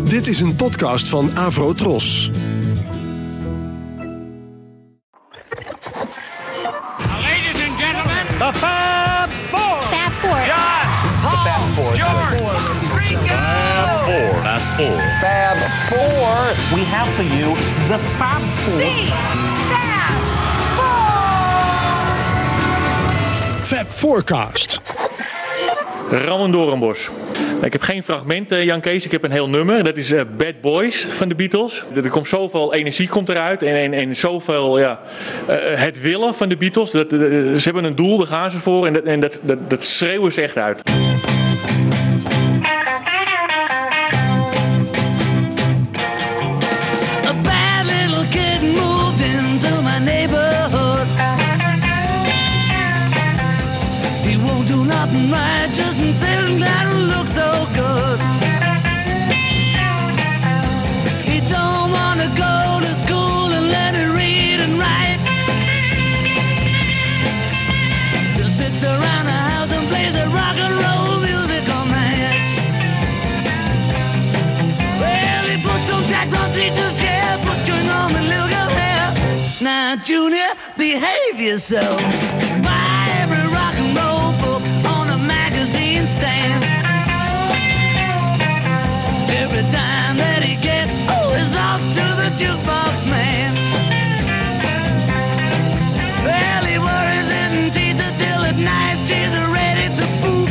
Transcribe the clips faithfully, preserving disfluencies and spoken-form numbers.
Dit is een podcast van Avro Tros. Ladies and gentlemen, The Fab Four. Fab Four. John, Paul, The Fab Four. George, Ringo. Fab Four. Fab Four. Fab Four. We have for you the Fab Four. The Fab Four. Fab Forecast. Ramon Doornbos. Ik heb geen fragmenten, Jan Kees. Ik heb een heel nummer. Dat is uh, Bad Boys van de Beatles. Er komt zoveel energie komt eruit. En, en, en zoveel ja, uh, het willen van de Beatles. Dat, uh, ze hebben een doel, daar gaan ze voor. En dat, en dat, dat, dat schreeuwen ze echt uit. A bad little kid moved into my neighborhood. He won't do nothing right, just sitting down and look so good. He don't wanna go to school and learn to read and write. Just sits around the house and plays the rock and roll music all night. Well, he put some tax on teacher's chair, put your arm in little girl hair. Now, Junior, behave yourself. Buy every rock and roll book on a magazine stand. Every time that he gets, oh, he's off to the jukebox man. Well, he worries his teeth till at night she's ready to poop.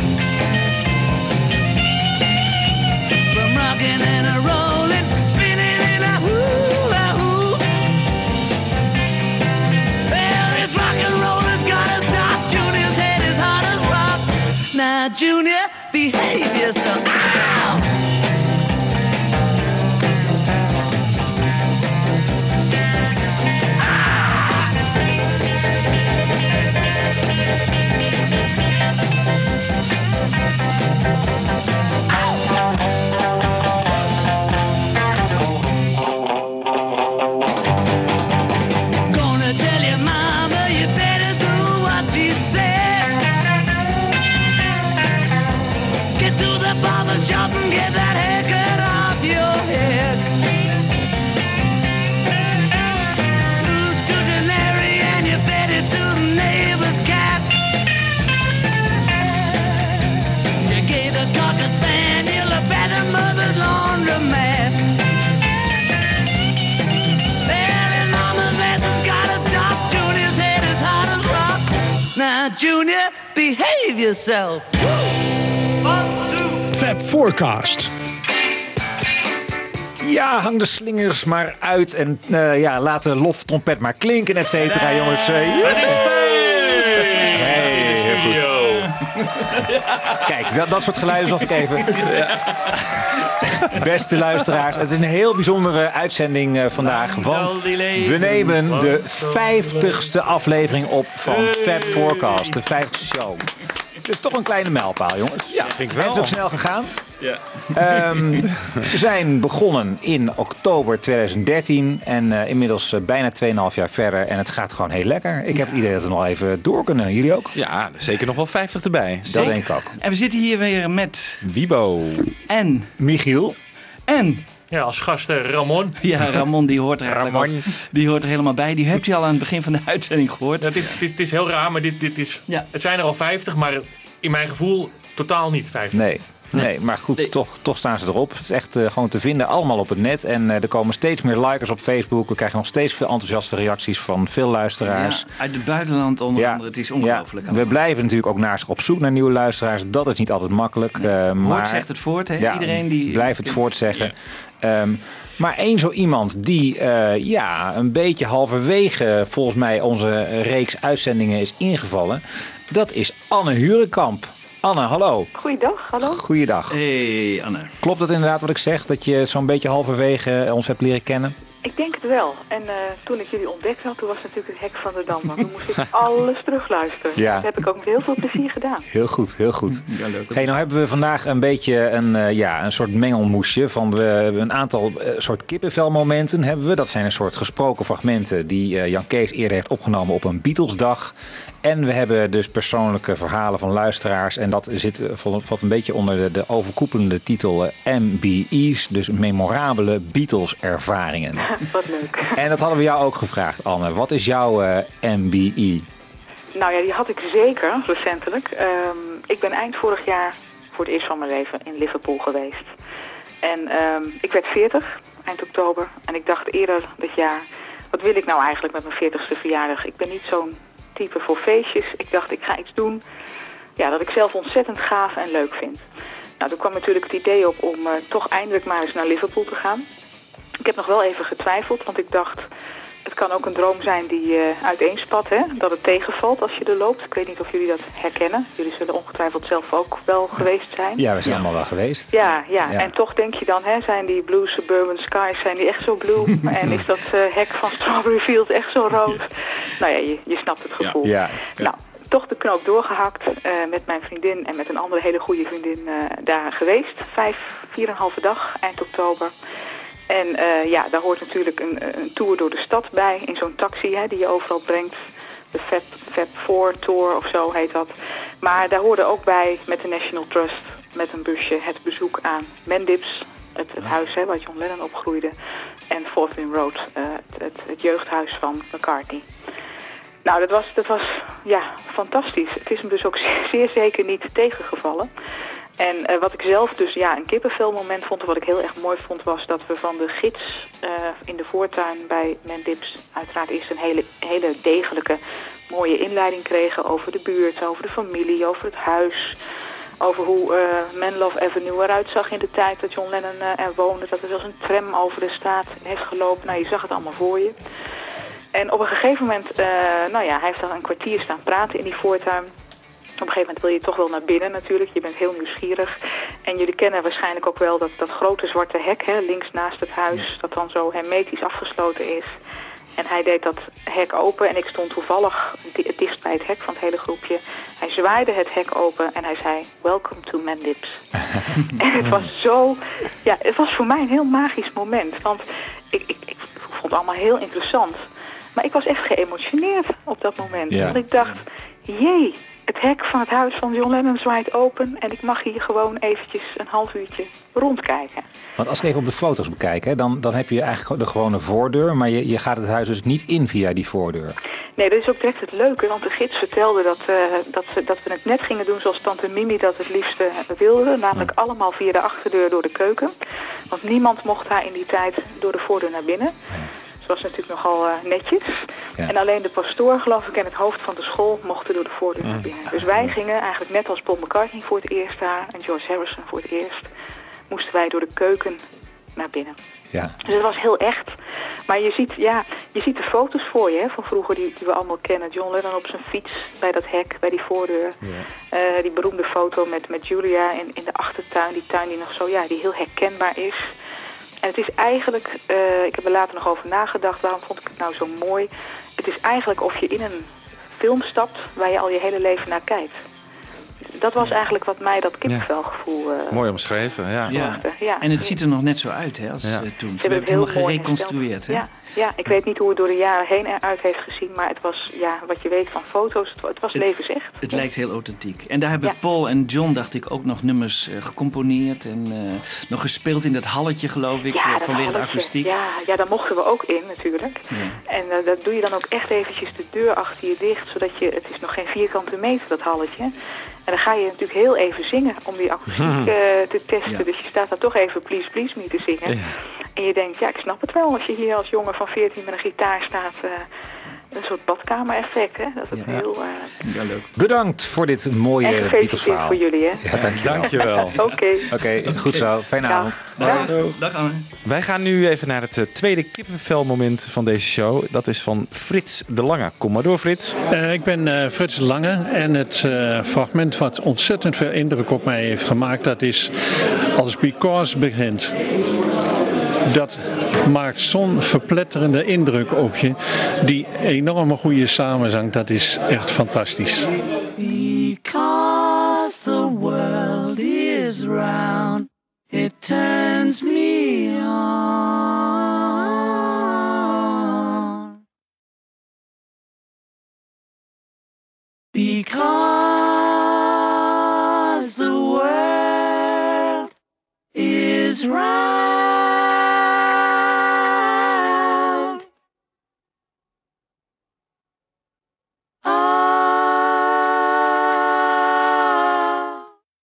From rocking and a rolling, spinning in a hula hoop. Well, this rock and roll has gotta stop. Junior's head is hard as rock. Now, Junior, behave yourself. Ow! Gonna tell your mama you better do what she said. Get to the barber shop and get that haircut off your head. To the canary and you fed it to the neighbor's cat. You gave the cocker spaniel a bed and mother's laundromat. Well, his mama's mess has gotta stop. Junior's head is hard as rock. Now, Junior, behave yourself. Fab Forecast. Ja, hang de slingers maar uit en uh, ja, laat de loftrompet maar klinken, et cetera, jongens. Uh, Het is Hey, heel goed. Kijk, dat, dat soort geluiden zocht ik even. Beste luisteraars, het is een heel bijzondere uitzending uh, vandaag. Want we nemen de vijftigste aflevering op van Fab Forecast. De vijftigste show. Dus toch een kleine mijlpaal, jongens. Ja, vind ik wel. Het is ook snel gegaan. Ja. Um, we zijn begonnen in oktober tweeduizend dertien en uh, inmiddels uh, bijna twee komma vijf jaar verder. En het gaat gewoon heel lekker. Ik heb het idee dat we nog even door kunnen. Jullie ook? Ja, zeker nog wel vijftig erbij. Dat denk ik ook. En we zitten hier weer met Wiebo. en Michiel. en Ja, als gast uh, Ramon. ja, Ramon die hoort er eigenlijk Ramon. ook- die hoort er helemaal bij. Die hebt u al aan het begin van de uitzending gehoord. Het is, het is, het is heel raar, maar dit, dit is, Ja. het zijn er al vijftig, maar in mijn gevoel totaal niet vijftig. Nee. Nee, maar goed, Nee. toch, toch staan ze erop. Het is echt uh, gewoon te vinden, allemaal op het net. En uh, er komen steeds meer likers op Facebook. We krijgen nog steeds veel enthousiaste reacties van veel luisteraars. Ja, uit het buitenland onder andere. Het is ongelooflijk. Ja, we blijven natuurlijk ook naast op zoek naar nieuwe luisteraars. Dat is niet altijd makkelijk. Uh, maar Hoort zegt het voort, hè? Ja, Iedereen die... blijf het voortzeggen. Um, maar één zo iemand die uh, ja, een beetje halverwege volgens mij onze reeks uitzendingen is ingevallen. Dat is Anne Hurenkamp. Anne, hallo. Goeiedag, hallo. Goeiedag. Hey, Anne. Klopt dat inderdaad wat ik zeg? Dat je zo'n beetje halverwege ons hebt leren kennen? Ik denk het wel. En uh, toen ik jullie ontdekt had, toen was natuurlijk het hek van de dam. Want toen moest ik alles terugluisteren. Ja. Dat heb ik ook met heel veel plezier gedaan. Heel goed, heel goed. Ja, leuk. Hey, nou hebben we vandaag een beetje een, uh, ja, een soort mengelmoesje. Van we hebben een aantal uh, soort kippenvelmomenten hebben we. Dat zijn een soort gesproken fragmenten die uh, Jan Kees eerder heeft opgenomen op een Beatlesdag. En we hebben dus persoonlijke verhalen van luisteraars. En dat zit, valt een beetje onder de, de overkoepelende titel uh, M B E's. Dus memorabele Beatles-ervaringen. Wat leuk. En dat hadden we jou ook gevraagd, Anne. Wat is jouw uh, M B E? Nou ja, die had ik zeker, recentelijk. Um, ik ben eind vorig jaar voor het eerst van mijn leven in Liverpool geweest. En um, ik werd veertig, eind oktober. En ik dacht eerder dit jaar, wat wil ik nou eigenlijk met mijn veertigste verjaardag? Ik ben niet zo'n type voor feestjes. Ik dacht, ik ga iets doen ja, dat ik zelf ontzettend gaaf en leuk vind. Nou, toen kwam natuurlijk het idee op om uh, toch eindelijk maar eens naar Liverpool te gaan. Ik heb nog wel even getwijfeld, want ik dacht, het kan ook een droom zijn die uh, uiteenspat, hè? Dat het tegenvalt als je er loopt. Ik weet niet of jullie dat herkennen. Jullie zullen ongetwijfeld zelf ook wel geweest zijn. Ja, we zijn ja. allemaal wel geweest. Ja, ja, ja, en toch denk je dan, hè, zijn die blue suburban skies, zijn die echt zo blue? En is dat uh, hek van Strawberry Fields echt zo rood? Nou ja, je, je snapt het gevoel. Ja. Ja. Ja. Nou, toch de knoop doorgehakt, uh, met mijn vriendin en met een andere hele goede vriendin uh, daar geweest. Vijf, vier en een halve dag, eind oktober. En uh, ja, daar hoort natuurlijk een, een tour door de stad bij, in zo'n taxi, hè, die je overal brengt. De Fab, Fab vier Tour of zo heet dat. Maar daar hoorde ook bij, met de National Trust, met een busje, het bezoek aan Mendips, het, het huis hè, waar John Lennon opgroeide. En Fourth Wing Road, uh, het, het, het jeugdhuis van McCartney. Nou, dat was, dat was ja, fantastisch. Het is hem dus ook zeer, zeer zeker niet tegengevallen. En uh, wat ik zelf dus ja, een kippenvelmoment vond, en wat ik heel erg mooi vond, was dat we van de gids uh, in de voortuin bij Mendips uiteraard eerst een hele, hele degelijke, mooie inleiding kregen over de buurt, over de familie, over het huis, over hoe uh, Menlove Avenue eruit zag in de tijd dat John Lennon uh, er woonde, dat er zelfs een tram over de straat heeft gelopen. Nou, je zag het allemaal voor je. En op een gegeven moment, uh, nou ja, hij heeft dan een kwartier staan praten in die voortuin. Op een gegeven moment wil je toch wel naar binnen natuurlijk. Je bent heel nieuwsgierig. En jullie kennen waarschijnlijk ook wel dat, dat grote zwarte hek, hè, links naast het huis, dat dan zo hermetisch afgesloten is. En hij deed dat hek open en ik stond toevallig het dichtst bij het hek van het hele groepje. Hij zwaaide het hek open en hij zei, welcome to Mendips. En het was zo, ja, het was voor mij een heel magisch moment. Want ik, ik, ik vond het allemaal heel interessant. Maar ik was echt geëmotioneerd op dat moment. Ja. Want ik dacht, jee, het hek van het huis van John Lennon zwaait open en ik mag hier gewoon eventjes een half uurtje rondkijken. Want als ik even op de foto's bekijk, hè, dan, dan heb je eigenlijk de gewone voordeur, maar je, je gaat het huis dus niet in via die voordeur. Nee, dat is ook direct het leuke, want de gids vertelde dat, uh, dat, ze, dat we het net gingen doen zoals tante Mimi dat het liefste wilde. Namelijk ja. allemaal via de achterdeur door de keuken. Want niemand mocht daar in die tijd door de voordeur naar binnen. Ja. Dat was natuurlijk nogal uh, netjes. Ja. En alleen de pastoor, geloof ik, en het hoofd van de school mochten door de voordeur naar binnen. Dus wij gingen eigenlijk net als Paul McCartney voor het eerst daar en George Harrison voor het eerst, moesten wij door de keuken naar binnen. Ja. Dus het was heel echt. Maar je ziet, ja, je ziet de foto's voor je hè, van vroeger die, die we allemaal kennen. John Lennon op zijn fiets bij dat hek, bij die voordeur. Ja. Uh, die beroemde foto met, met Julia in, in de achtertuin. Die tuin die nog zo, ja, die heel herkenbaar is. En het is eigenlijk, uh, ik heb er later nog over nagedacht, waarom vond ik het nou zo mooi? Het is eigenlijk of je in een film stapt waar je al je hele leven naar kijkt. Dat was eigenlijk wat mij dat kippenvelgevoel... Uh, mooi omschreven, ja. Ja. ja. En het ziet er nog net zo uit hè, als ja. uh, toen. Ze hebben het helemaal gereconstrueerd. Hè? Ja. ja, ik weet niet hoe het door de jaren heen eruit heeft gezien, maar het was, ja, wat je weet van foto's, het, het was het, levensecht. Het lijkt heel authentiek. En daar hebben ja. Paul en John, dacht ik, ook nog nummers uh, gecomponeerd en uh, nog gespeeld in dat halletje, geloof ik, ja, uh, vanwege de akoestiek. Ja, ja, daar mochten we ook in natuurlijk. Ja. En uh, dat doe je dan ook echt eventjes de deur achter je dicht, zodat je, het is nog geen vierkante meter, dat halletje. En dan ga je natuurlijk heel even zingen om die akoestiek uh, te testen. Ja. Dus je staat daar toch even Please Please Me te zingen. Ja. En je denkt, ja, ik snap het wel als je hier als jongen van veertien met een gitaar staat. Uh, een soort badkamer-effect, hè. Dat is ja. heel... Uh... Ja, leuk. Bedankt voor dit mooie Beatles-verhaal. voor jullie, hè. Ja, dankjewel. dankjewel. Oké. Oké, okay, goed zo. Fijne ja. avond. Dag. Dag. Dag, Anne. Wij gaan nu even naar het uh, tweede kippenvelmoment van deze show. Dat is van Frits de Lange. Kom maar door, Frits. Uh, ik ben uh, Frits de Lange en het uh, fragment wat ontzettend veel indruk op mij heeft gemaakt, dat is als Because begint. Dat maakt zo'n verpletterende indruk op je. Die enorme goede samenzang, dat is echt fantastisch. Because the world is round, it turns me on. is round. Ah,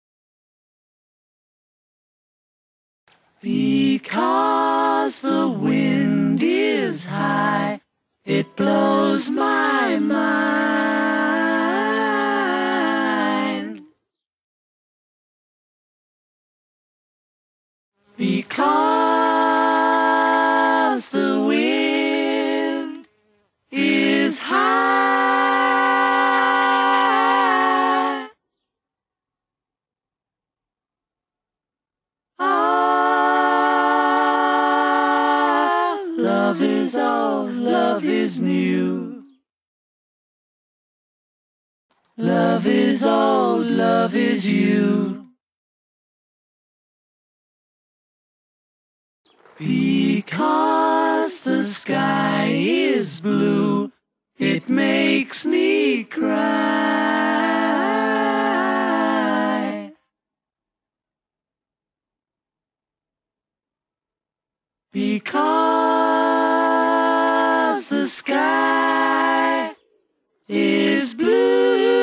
because the wind is high, it blows my mind. Because the wind is high. Ah, love is all, love is new. Love is all, love is you. Because the sky is blue, it makes me cry. Because the sky is blue.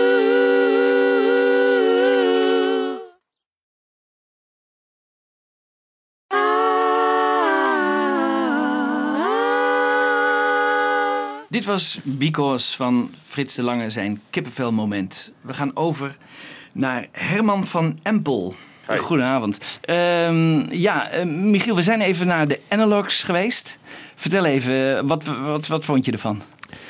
Dit was Because van Frits de Lange, zijn kippenvelmoment. We gaan over naar Herman van Empel. Hi. Goedenavond. Um, ja, uh, Michiel, we zijn even naar de Analogs geweest. Vertel even, wat, wat, wat vond je ervan?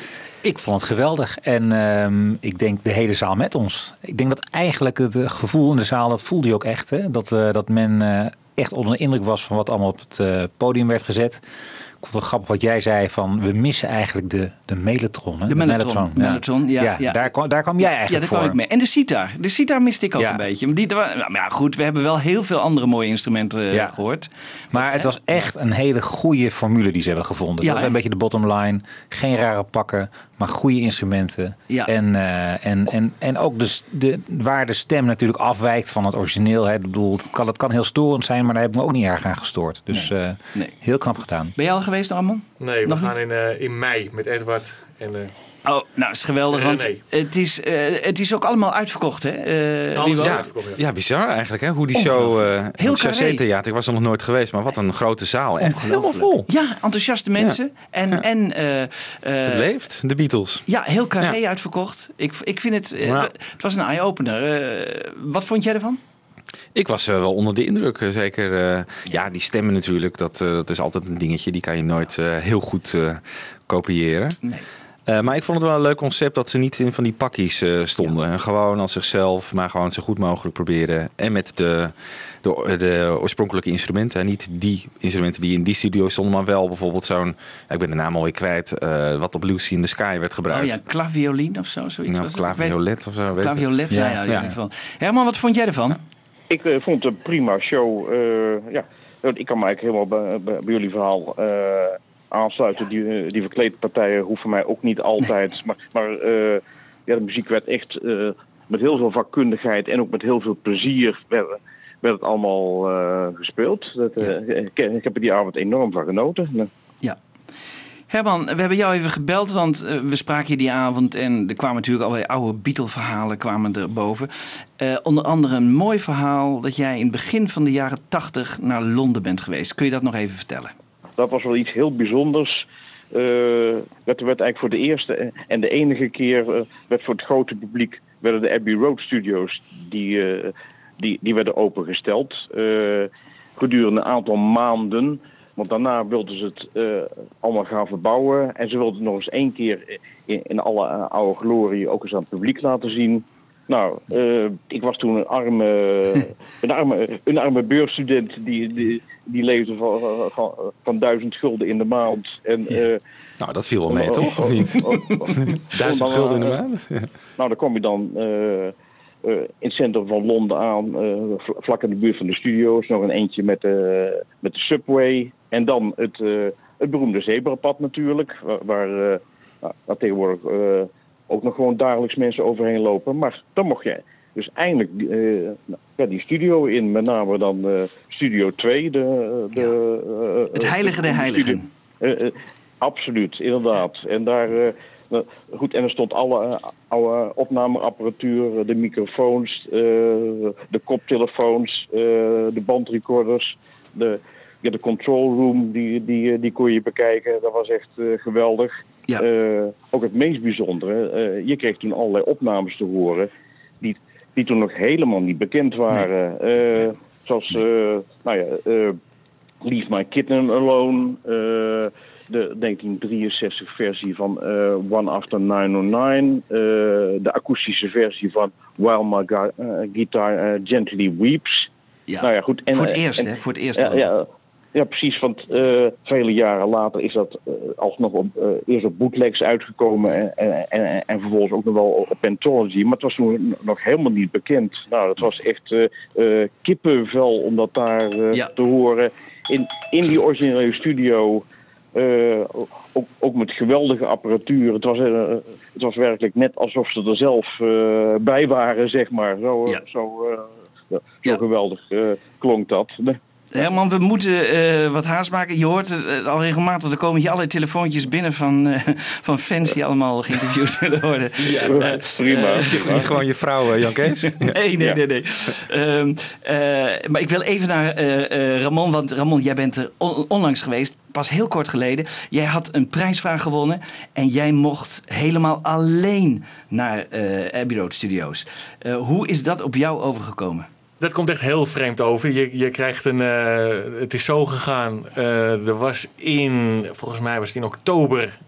Ik vond het geweldig. En um, ik denk de hele zaal met ons. Ik denk dat eigenlijk het uh, gevoel in de zaal, dat voelde je ook echt. Hè? Dat, uh, dat men uh, echt onder de indruk was van wat allemaal op het uh, podium werd gezet. Ik vond het grappig wat jij zei van we missen eigenlijk de, de mellotron. Hè? De, de mellotron. mellotron ja. Ja, ja. Daar, kwam, daar kwam jij eigenlijk ja, daar voor. Kwam ik mee. En de sitar. De sitar miste ik ook ja. een beetje. Die, maar ja, goed, we hebben wel heel veel andere mooie instrumenten ja. gehoord. Maar, maar het was echt een hele goede formule die ze hebben gevonden. Ja, dat was een beetje de bottom line. Geen rare pakken, maar goede instrumenten. Ja. En, uh, en, en, en ook dus de, waar de stem natuurlijk afwijkt van het origineel. Hè. Ik bedoel, het kan, het kan heel storend zijn, maar daar heb ik me ook niet erg aan gestoord. Dus nee. Uh, nee. heel knap gedaan. Ben je al geweest, Ramon? Nee, we Nog gaan in, uh, in mei met Edward en... Uh... Oh, nou, is geweldig, want uh, het, is, uh, het is ook allemaal uitverkocht, hè? Uh, Alles ja, uitverkocht, ja. ja, bizar eigenlijk, hè? Hoe die show... Uh, heel Chassé-theater, ik was er nog nooit geweest, maar wat een grote zaal. Echt helemaal vol. Ja, enthousiaste mensen. Ja. En, ja. en, uh, uh, het leeft, de Beatles. Ja, heel carré ja. uitverkocht. Ik, ik vind het... Uh, ja. Het was een eye-opener. Uh, wat vond jij ervan? Ik was uh, wel onder de indruk, uh, zeker. Uh, ja, die stemmen natuurlijk, dat, uh, dat is altijd een dingetje. Die kan je nooit uh, heel goed uh, kopiëren. Nee. Uh, maar ik vond het wel een leuk concept dat ze niet in van die pakkies uh, stonden. Ja. Gewoon als zichzelf, maar gewoon zo goed mogelijk proberen. En met de, de, de oorspronkelijke instrumenten. En niet die instrumenten die in die studio stonden, maar wel bijvoorbeeld zo'n... Ja, ik ben de naam alweer kwijt. Uh, wat op Lucy in the Sky werd gebruikt. Oh ja, clavioline of zo? Zoiets nou, claviolet of zo. Claviolet, ja, ja, ja, in ieder geval. Herman, wat vond jij ervan? Ja. Ik uh, vond het een prima show. Uh, ja, ik kan me eigenlijk helemaal bij, bij, bij jullie verhaal... Uh, aansluiten. Die, die verkleedpartijen hoeven mij ook niet altijd. Nee. Maar, maar uh, ja, de muziek werd echt uh, met heel veel vakkundigheid en ook met heel veel plezier werd, werd het allemaal uh, gespeeld. Dat, uh, ja. ik, ik heb er die avond enorm van genoten. Ja. Herman, we hebben jou even gebeld, want uh, we spraken hier die avond en er kwamen natuurlijk allerlei oude Beatle-verhalen kwamen er boven. Uh, onder andere een mooi verhaal dat jij in het begin van de jaren tachtig naar Londen bent geweest. Kun je dat nog even vertellen? Dat was wel iets heel bijzonders. Uh, dat werd eigenlijk voor de eerste en de enige keer uh, werd voor het grote publiek werden de Abbey Road Studios die, uh, die, die werden opengesteld uh, gedurende een aantal maanden. Want daarna wilden ze het uh, allemaal gaan verbouwen en ze wilden nog eens één keer in, in alle uh, oude glorie ook eens aan het publiek laten zien. Nou, uh, ik was toen een arme, een arme, een arme beursstudent die, die, die leefde van, van, van duizend gulden in de maand. En, ja. uh, nou, dat viel wel mee, uh, toch? Of niet? Uh, uh, uh, duizend uh, gulden in de maand? Ja. Nou, dan kom je dan uh, uh, in het centrum van Londen aan, uh, vlak in de buurt van de studio's. Nog een eentje met de, met de subway. En dan het, uh, het beroemde zebrapad natuurlijk, waar, waar, uh, waar tegenwoordig... Uh, ook nog gewoon dagelijks mensen overheen lopen. Maar dan mocht je dus eindelijk uh, ja, die studio in, met name dan uh, Studio twee. De, de, uh, het heilige der heiligen. Uh, uh, absoluut, inderdaad. En daar, uh, uh, goed, en er stond alle uh, oude opnameapparatuur, de microfoons, uh, de koptelefoons, uh, de bandrecorders, de, ja, de control room, die, die, die kon je bekijken. Dat was echt uh, geweldig. Ja. Uh, ook het meest bijzondere, uh, je kreeg toen allerlei opnames te horen die, die toen nog helemaal niet bekend waren. Nee. Uh, zoals, uh, nou ja, uh, Leave My Kitten Alone, uh, de negentien drieënzestig versie van uh, One After nine oh nine, uh, de akoestische versie van While My Ga- uh, Guitar uh, Gently Weeps. Ja. Nou ja, goed. En, voor het eerst, en, hè? Voor het eerst. Ja, ja, ja, precies. Want uh, vele jaren later is dat uh, alsnog op, uh, eerst op bootlegs uitgekomen en, en, en, en vervolgens ook nog wel op Pentology. Maar het was toen nog helemaal niet bekend. Nou, dat was echt uh, uh, kippenvel om dat daar uh, ja. te horen. In, in die originele studio, uh, ook, ook met geweldige apparatuur. Het was, uh, het was werkelijk net alsof ze er zelf uh, bij waren, zeg maar. Zo, ja. zo, uh, zo ja. geweldig uh, klonk dat. Herman, we moeten uh, wat haast maken. Je hoort uh, al regelmatig, er komen hier allerlei telefoontjes binnen van, uh, van fans die allemaal geïnterviewd willen worden. Ja, uh, prima. Uh, Niet gewoon je vrouw, uh, Jan Kees? nee, nee, nee. nee. Uh, uh, maar ik wil even naar uh, uh, Ramon, want Ramon, jij bent er on- onlangs geweest. Pas heel kort geleden. Jij had een prijsvraag gewonnen en jij mocht helemaal alleen naar uh, Abbey Road Studios. Uh, hoe is dat op jou overgekomen? Dat komt echt heel vreemd over. Je, je krijgt een... Uh, het is zo gegaan. Uh, er was in... Volgens mij was het in oktober... Uh,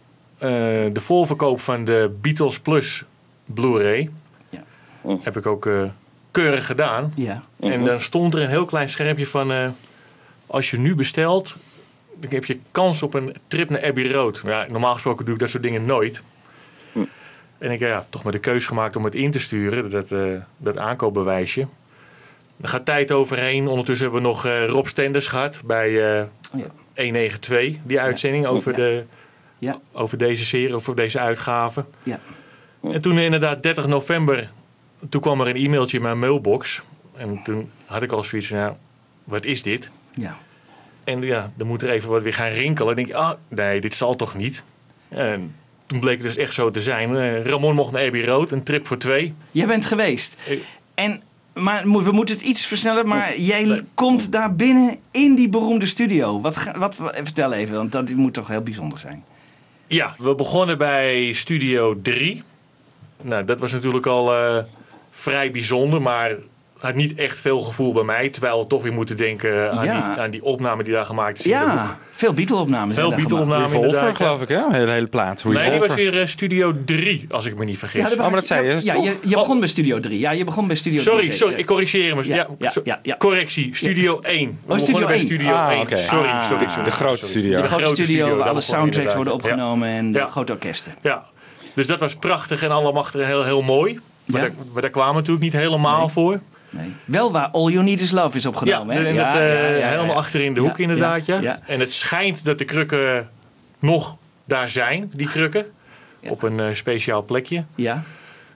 de voorverkoop van de Beatles Plus Blu-ray. Ja. Oh. Heb ik ook uh, keurig gedaan. Ja. Uh-huh. En dan stond er een heel klein schermpje van... Uh, als je nu bestelt... dan heb je kans op een trip naar Abbey Road. Ja, normaal gesproken doe ik dat soort dingen nooit. Hm. En ik heb ja, toch maar de keus gemaakt om het in te sturen. Dat, uh, dat aankoopbewijsje. Er gaat tijd overheen. Ondertussen hebben we nog uh, Rob Stenders gehad bij uh, oh ja. honderdnegenentwintig. Die uitzending ja. over, ja. De, ja. over deze serie, over deze uitgave. Ja. En toen inderdaad dertig november, toen kwam er een e-mailtje in mijn mailbox. En toen had ik al zoiets van, nou, wat is dit? Ja. En ja, dan moet er even wat weer gaan rinkelen. En denk ik, ah, nee, dit zal toch niet? En toen bleek het dus echt zo te zijn. Uh, Ramon mocht naar Abbey Road, een trip voor twee. Jij bent geweest. Uh, en... Maar we moeten het iets versnellen, maar jij nee. komt daar binnen in die beroemde studio. Wat, wat, vertel even, want dat moet toch heel bijzonder zijn. Ja, we begonnen bij Studio drie. Nou, dat was natuurlijk al uh, vrij bijzonder, maar had niet echt veel gevoel bij mij. Terwijl we toch weer moeten denken aan, ja. die, aan die opname die daar gemaakt is. Ja, veel Beatle-opnames. Veel Beatle-opnames inderdaad. geloof ik, hè? Een hele, hele plaat. Nee, die was weer uh, Studio drie, als ik me niet vergis. Ja, oh, maar dat zei je. Ja, je, je begon bij Studio drie. Ja, je begon bij Studio sorry, drie. Sorry, ik corrigeer me. Ja, ja, ja, ja, ja. Correctie, Studio ja. één. We oh, Studio bij Studio ah, één. Okay. Sorry, ah, sorry, sorry. De grote studio. De grote studio, studio waar alle soundtracks worden opgenomen ja. en de ja. grote orkesten. Ja, dus dat was prachtig en allemachtig heel, heel mooi. Maar, ja. daar, maar daar kwamen we natuurlijk niet helemaal nee. voor. Nee. Wel waar All You Need Is Love is opgenomen. Ja, hè? En ja, dat, uh, ja, ja, ja, helemaal ja. achterin de hoek ja, inderdaad. Ja, ja. Ja. En het schijnt dat de krukken nog daar zijn, die krukken. Ja. Op een uh, speciaal plekje. Ja.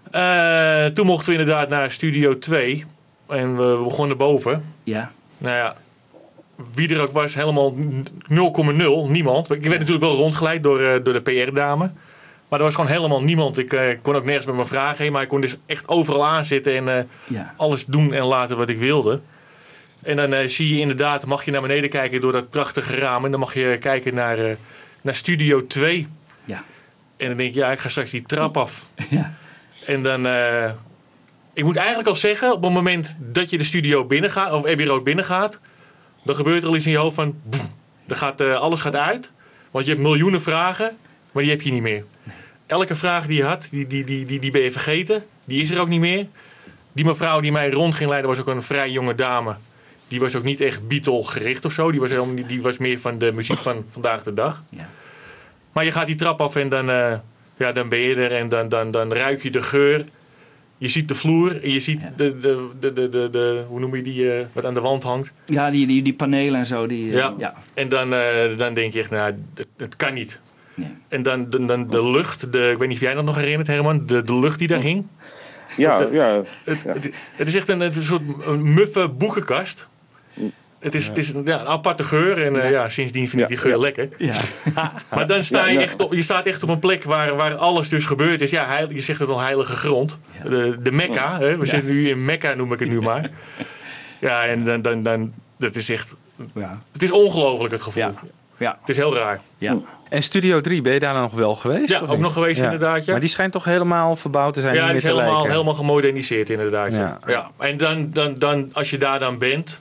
Uh, toen mochten we inderdaad naar Studio twee. En we begonnen boven. Ja. Nou ja, wie er ook was, helemaal nul komma nul. Niemand. Ik werd natuurlijk wel rondgeleid door, uh, door de P R-dame. Maar er was gewoon helemaal niemand. Ik uh, kon ook nergens met mijn vragen heen. Maar ik kon dus echt overal aanzitten en uh, ja. alles doen en laten wat ik wilde. En dan uh, zie je inderdaad, mag je naar beneden kijken door dat prachtige raam. En dan mag je kijken naar, uh, naar Studio twee. Ja. En dan denk je, ja, ik ga straks die trap af. Ja. En dan... Uh, ik moet eigenlijk al zeggen, op het moment dat je de studio binnengaat, of Abbey Road binnengaat, dan gebeurt er al iets in je hoofd van, boef, dan gaat, uh, alles gaat uit. Want je hebt miljoenen vragen, maar die heb je niet meer. Nee. Elke vraag die je had, die, die, die, die, die ben je vergeten. Die is er ook niet meer. Die mevrouw die mij rond ging leiden was ook een vrij jonge dame. Die was ook niet echt Beatle gericht of zo. Die was, helemaal, die was meer van de muziek van vandaag de dag. Ja. Maar je gaat die trap af en dan, uh, ja, dan ben je er. En dan, dan, dan ruik je de geur. Je ziet de vloer. En je ziet ja. de, de, de, de, de, de... Hoe noem je die? Uh, wat aan de wand hangt. Ja, die, die, die panelen en zo. Die, uh, ja. ja. En dan, uh, dan denk je echt, nou, het, het kan niet. Nee. En dan, dan, dan de lucht, de, ik weet niet of jij dat nog herinnert, Herman, de, de lucht die daar hing. Ja, het, ja. Het, ja. Het, het is echt een, het is een soort een muffe boekenkast. Het is, ja. het is een, ja, een aparte geur en uh, ja. Ja, sindsdien vind ik die geur ja. lekker. Ja. Maar dan sta je, ja, ja. echt op, je staat echt op een plek waar, waar alles dus gebeurd is. Ja, heil, je zegt het al, heilige grond. Ja. De, de Mekka, hè? we ja. zitten nu in Mekka, noem ik het nu maar. Ja, en dan, dan, dan dat is echt... Ja. Het is ongelooflijk het gevoel. Ja. Ja. Het is heel raar. Ja. En Studio drie, ben je daar nog wel geweest? Ja, ook niet? nog geweest ja. inderdaad. Ja. Maar die schijnt toch helemaal verbouwd te zijn? Ja, die het is helemaal, helemaal gemoderniseerd inderdaad. Ja. Ja. Ja. En dan, dan, dan, als je daar dan bent...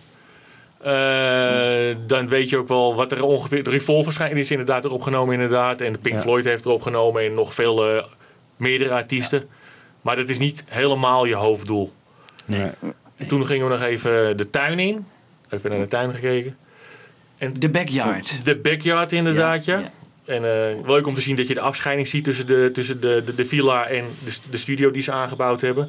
Uh, dan weet je ook wel wat er ongeveer... De Revolver is inderdaad erop genomen inderdaad. En Pink ja. Floyd heeft erop genomen. En nog veel uh, meerdere artiesten. Ja. Maar dat is niet helemaal je hoofddoel. Nee. En toen gingen we nog even de tuin in. Even naar de tuin gekeken. En de backyard. De backyard inderdaad, ja. ja. ja. En uh, leuk om te zien dat je de afscheiding ziet tussen de, tussen de, de, de villa en de, de studio die ze aangebouwd hebben.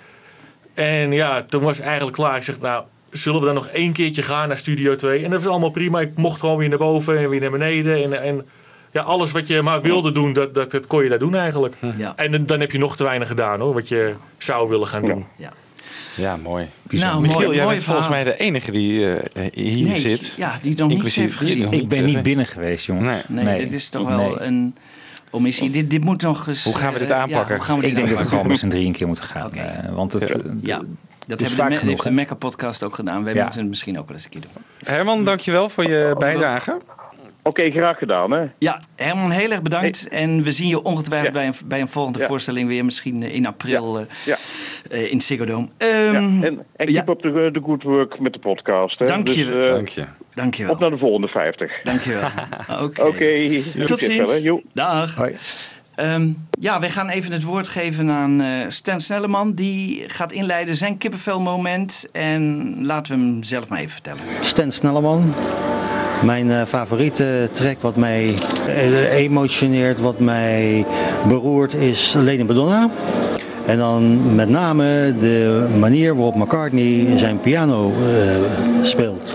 En ja, toen was het eigenlijk klaar. Ik zeg, nou, zullen we dan nog één keertje gaan naar Studio twee? En dat was allemaal prima. Ik mocht gewoon weer naar boven en weer naar beneden. En, en ja, alles wat je maar wilde doen, dat, dat, dat kon je daar doen eigenlijk. Ja. En dan, dan heb je nog te weinig gedaan hoor, wat je zou willen gaan doen. Ja. Ja, mooi. Nou, Michiel, mooi, jij mooi bent volgens mij de enige die uh, hier nee, zit. Ja, die nog niet heeft gezien. Ik ben niet binnen geweest, jongen. Nee, nee, nee. Dit is toch wel nee. een omissie. Dit, dit moet nog eens... Hoe gaan we dit aanpakken? Ja, gaan we dit ik denk aanpakken? dat we gewoon met z'n drieën een keer moeten gaan. Okay. Uh, want het, ja. ja. Dat is hebben de, me- heeft de Mekka-podcast ook gedaan. Wij ja. moeten het misschien ook wel eens een keer doen. Herman, dankjewel voor je bijdrage. Oké, okay, graag gedaan. Hè? Ja, Herman, heel erg bedankt. Hey. En we zien je ongetwijfeld ja. bij, een, bij een volgende ja. voorstelling weer. Misschien in april ja. Ja. Uh, in Ziggo Dome. Um, ja. En, en keep up the, the good work met de podcast. Hè? Dank je. Dus, uh, Dank je. Dank je wel. Op naar de volgende vijftig. Dank je wel. Oké. Okay. Okay. Tot ziens. Dag. Hoi. Um, ja, wij gaan even het woord geven aan uh, Stan Snelleman. Die gaat inleiden zijn kippenvelmoment. En laten we hem zelf maar even vertellen. Stan Snelleman. Mijn uh, favoriete track wat mij uh, emotioneert, wat mij beroert, is Lady Madonna. En dan met name de manier waarop McCartney zijn piano uh, speelt.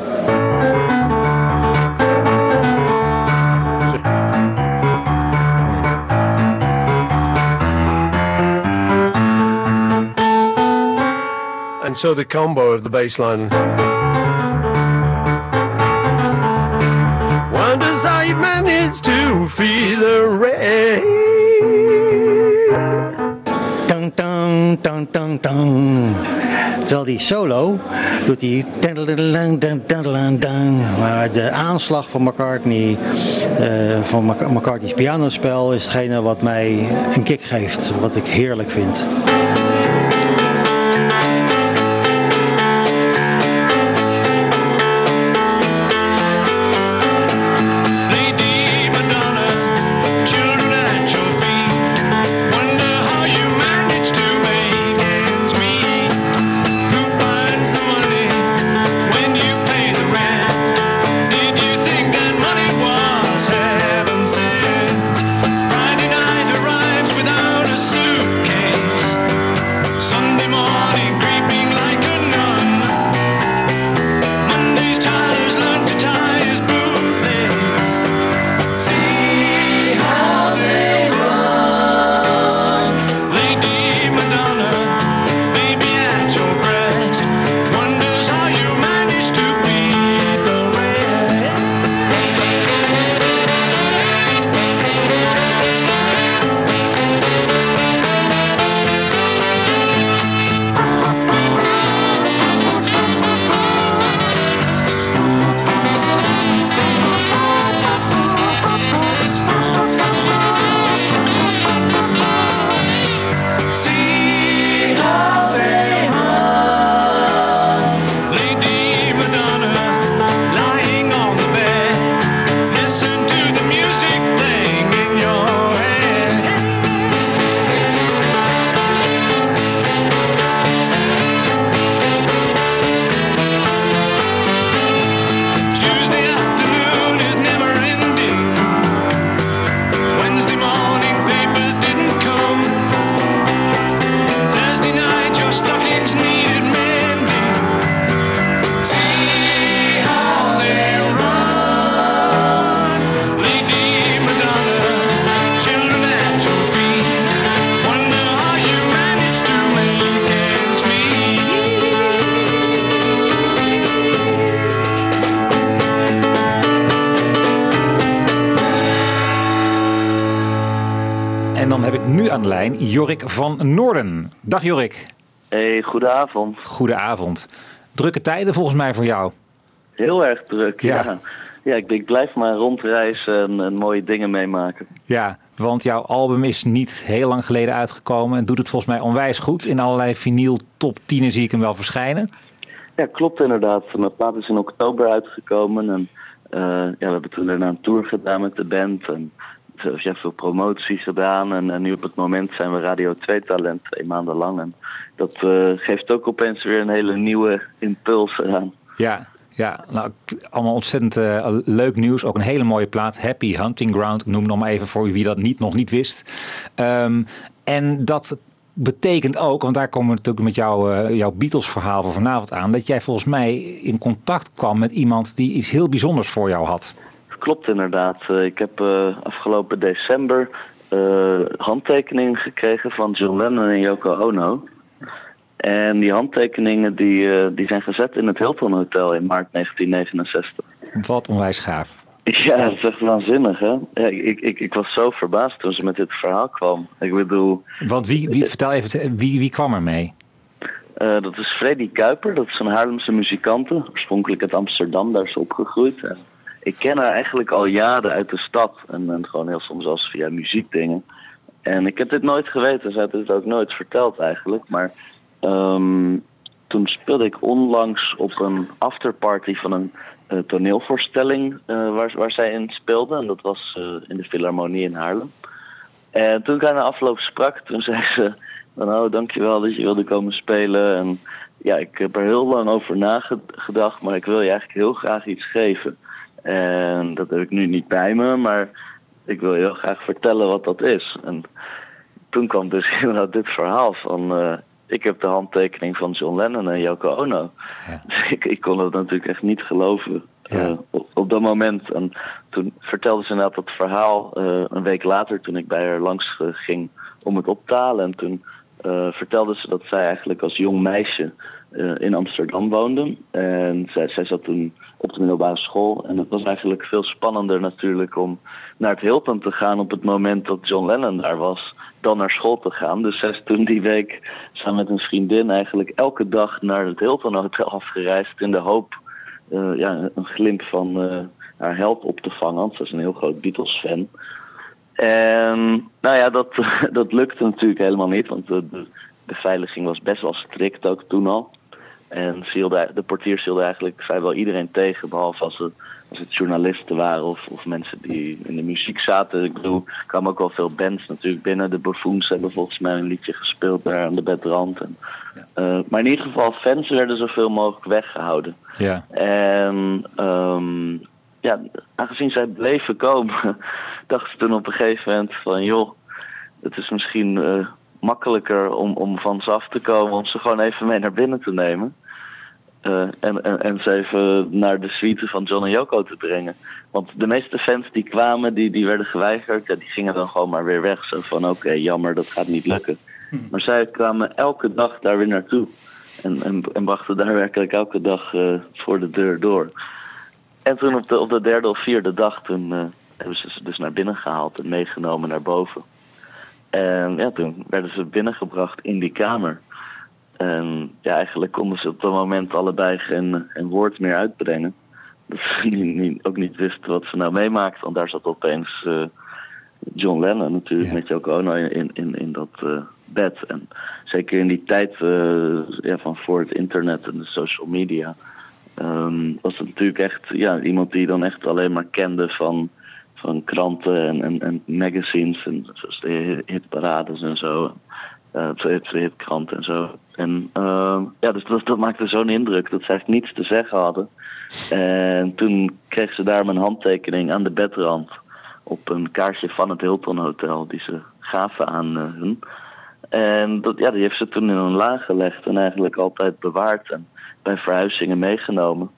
And so the combo of the bass line. Wonders how you manage to feel the rain. Tang, tang, tang, tang, tang. Terwijl die solo doet hij. Maar de aanslag van McCartney, uh, van McCartney's pianospel, is hetgene wat mij een kick geeft. Wat ik heerlijk vind. dan heb ik nu aan de lijn Jorik van Noorden. Dag Jorik. Hey, goedenavond. Goedenavond. Drukke tijden volgens mij voor jou. Heel erg druk, ja. Ja, ja ik, ik blijf maar rondreizen en, en mooie dingen meemaken. Ja, want jouw album is niet heel lang geleden uitgekomen en doet het volgens mij onwijs goed. In allerlei vinyl top tien zie ik hem wel verschijnen. Ja, klopt inderdaad. Mijn plaat is in oktober uitgekomen en uh, ja, we hebben toen daarna een tour gedaan met de band en ja, veel promotie gedaan. En, en nu op het moment zijn we Radio twee Talent twee maanden lang. En dat uh, geeft ook opeens weer een hele nieuwe impuls aan. Ja, ja, nou, allemaal ontzettend uh, leuk nieuws. Ook een hele mooie plaat. Happy Hunting Ground. Ik noem nog maar even voor wie dat niet, nog niet wist. Um, en dat betekent ook, want daar komen we natuurlijk met jou, uh, jouw Beatles-verhaal van vanavond aan, dat jij volgens mij in contact kwam met iemand die iets heel bijzonders voor jou had. Klopt inderdaad. Uh, ik heb uh, afgelopen december uh, handtekeningen gekregen van John Lennon en Yoko Ono. En die handtekeningen die, uh, die zijn gezet in het Hilton Hotel in maart negentien negenenzestig. Wat onwijs gaaf. Ja, dat is echt waanzinnig, hè? Ja, ik, ik, ik was zo verbaasd toen ze met dit verhaal kwam. Ik bedoel... Want wie, wie vertel even, wie, wie kwam er mee? Uh, dat is Freddy Kuiper, dat is een Haarlemse muzikante. Oorspronkelijk uit Amsterdam, daar is ze opgegroeid. En ik ken haar eigenlijk al jaren uit de stad. En, en gewoon heel soms als via muziekdingen. En ik heb dit nooit geweten, ze had dit ook nooit verteld eigenlijk. Maar um, toen speelde ik onlangs op een afterparty van een uh, toneelvoorstelling uh, waar, waar zij in speelde. En dat was uh, in de Philharmonie in Haarlem. En toen ik haar na afloop sprak, toen zei ze... Nou, dankjewel dat je wilde komen spelen. En ja, ik heb er heel lang over nagedacht, maar ik wil je eigenlijk heel graag iets geven. En dat heb ik nu niet bij me, maar ik wil je heel graag vertellen wat dat is. En toen kwam dus inderdaad dit verhaal van... Uh, ik heb de handtekening van John Lennon en Yoko Ono. Ja. Dus ik, ik kon het natuurlijk echt niet geloven uh, ja. op, op dat moment. En toen vertelde ze inderdaad dat verhaal uh, een week later toen ik bij haar langs uh, ging om het op te halen. En toen uh, vertelde ze dat zij eigenlijk als jong meisje uh, in Amsterdam woonde. En zij, zij zat toen op de middelbare school. En het was eigenlijk veel spannender natuurlijk om naar het Hilton te gaan op het moment dat John Lennon daar was, dan naar school te gaan. Dus zij is toen die week samen met een vriendin eigenlijk elke dag naar het Hilton Hotel afgereisd in de hoop uh, ja, een glimp van uh, haar held op te vangen. Want ze is een heel groot Beatles-fan. En nou ja, dat, dat lukte natuurlijk helemaal niet, want de, de beveiliging was best wel strikt ook toen al. En zielde, de portiers hielden eigenlijk vrijwel iedereen tegen, behalve als het, als het journalisten waren of, of mensen die in de muziek zaten. Ik bedoel, er kwamen ook wel veel bands natuurlijk binnen. De Buffoons hebben volgens mij een liedje gespeeld daar aan de bedrand. En, uh, maar in ieder geval, fans werden zoveel mogelijk weggehouden. Ja. En um, ja, aangezien zij bleven komen, dachten ze toen op een gegeven moment van joh, het is misschien uh, makkelijker om, om van ze af te komen, om ze gewoon even mee naar binnen te nemen. Uh, en, en, en ze even naar de suite van John en Yoko te brengen. Want de meeste fans die kwamen, die, die werden geweigerd, ja, die gingen dan gewoon maar weer weg. Zo van oké, okay, jammer, dat gaat niet lukken. Maar zij kwamen elke dag daar weer naartoe. En, en, en brachten daar werkelijk elke dag uh, voor de deur door. En toen op de, op de derde of vierde dag, toen uh, hebben ze ze dus naar binnen gehaald en meegenomen naar boven. En ja, toen werden ze binnengebracht in die kamer. En ja, eigenlijk konden ze op dat moment allebei geen, geen woord meer uitbrengen. Dat ze niet, niet, ook niet wisten wat ze nou meemaakten. Want daar zat opeens uh, John Lennon natuurlijk, ja, met Yoko Ono in, in, in dat uh, bed. En zeker in die tijd uh, ja, van voor het internet en de social media... Um, was het natuurlijk echt ja, iemand die je dan echt alleen maar kende van, van kranten en, en, en magazines. En zoals de hitparades en zo. Uh, de hitkrant en zo. En uh, ja, dus dat, dat maakte zo'n indruk dat ze eigenlijk niets te zeggen hadden. En toen kreeg ze daar mijn handtekening aan de bedrand op een kaartje van het Hilton Hotel die ze gaven aan uh, hun. En dat, ja, die heeft ze toen in een la gelegd en eigenlijk altijd bewaard en bij verhuizingen meegenomen.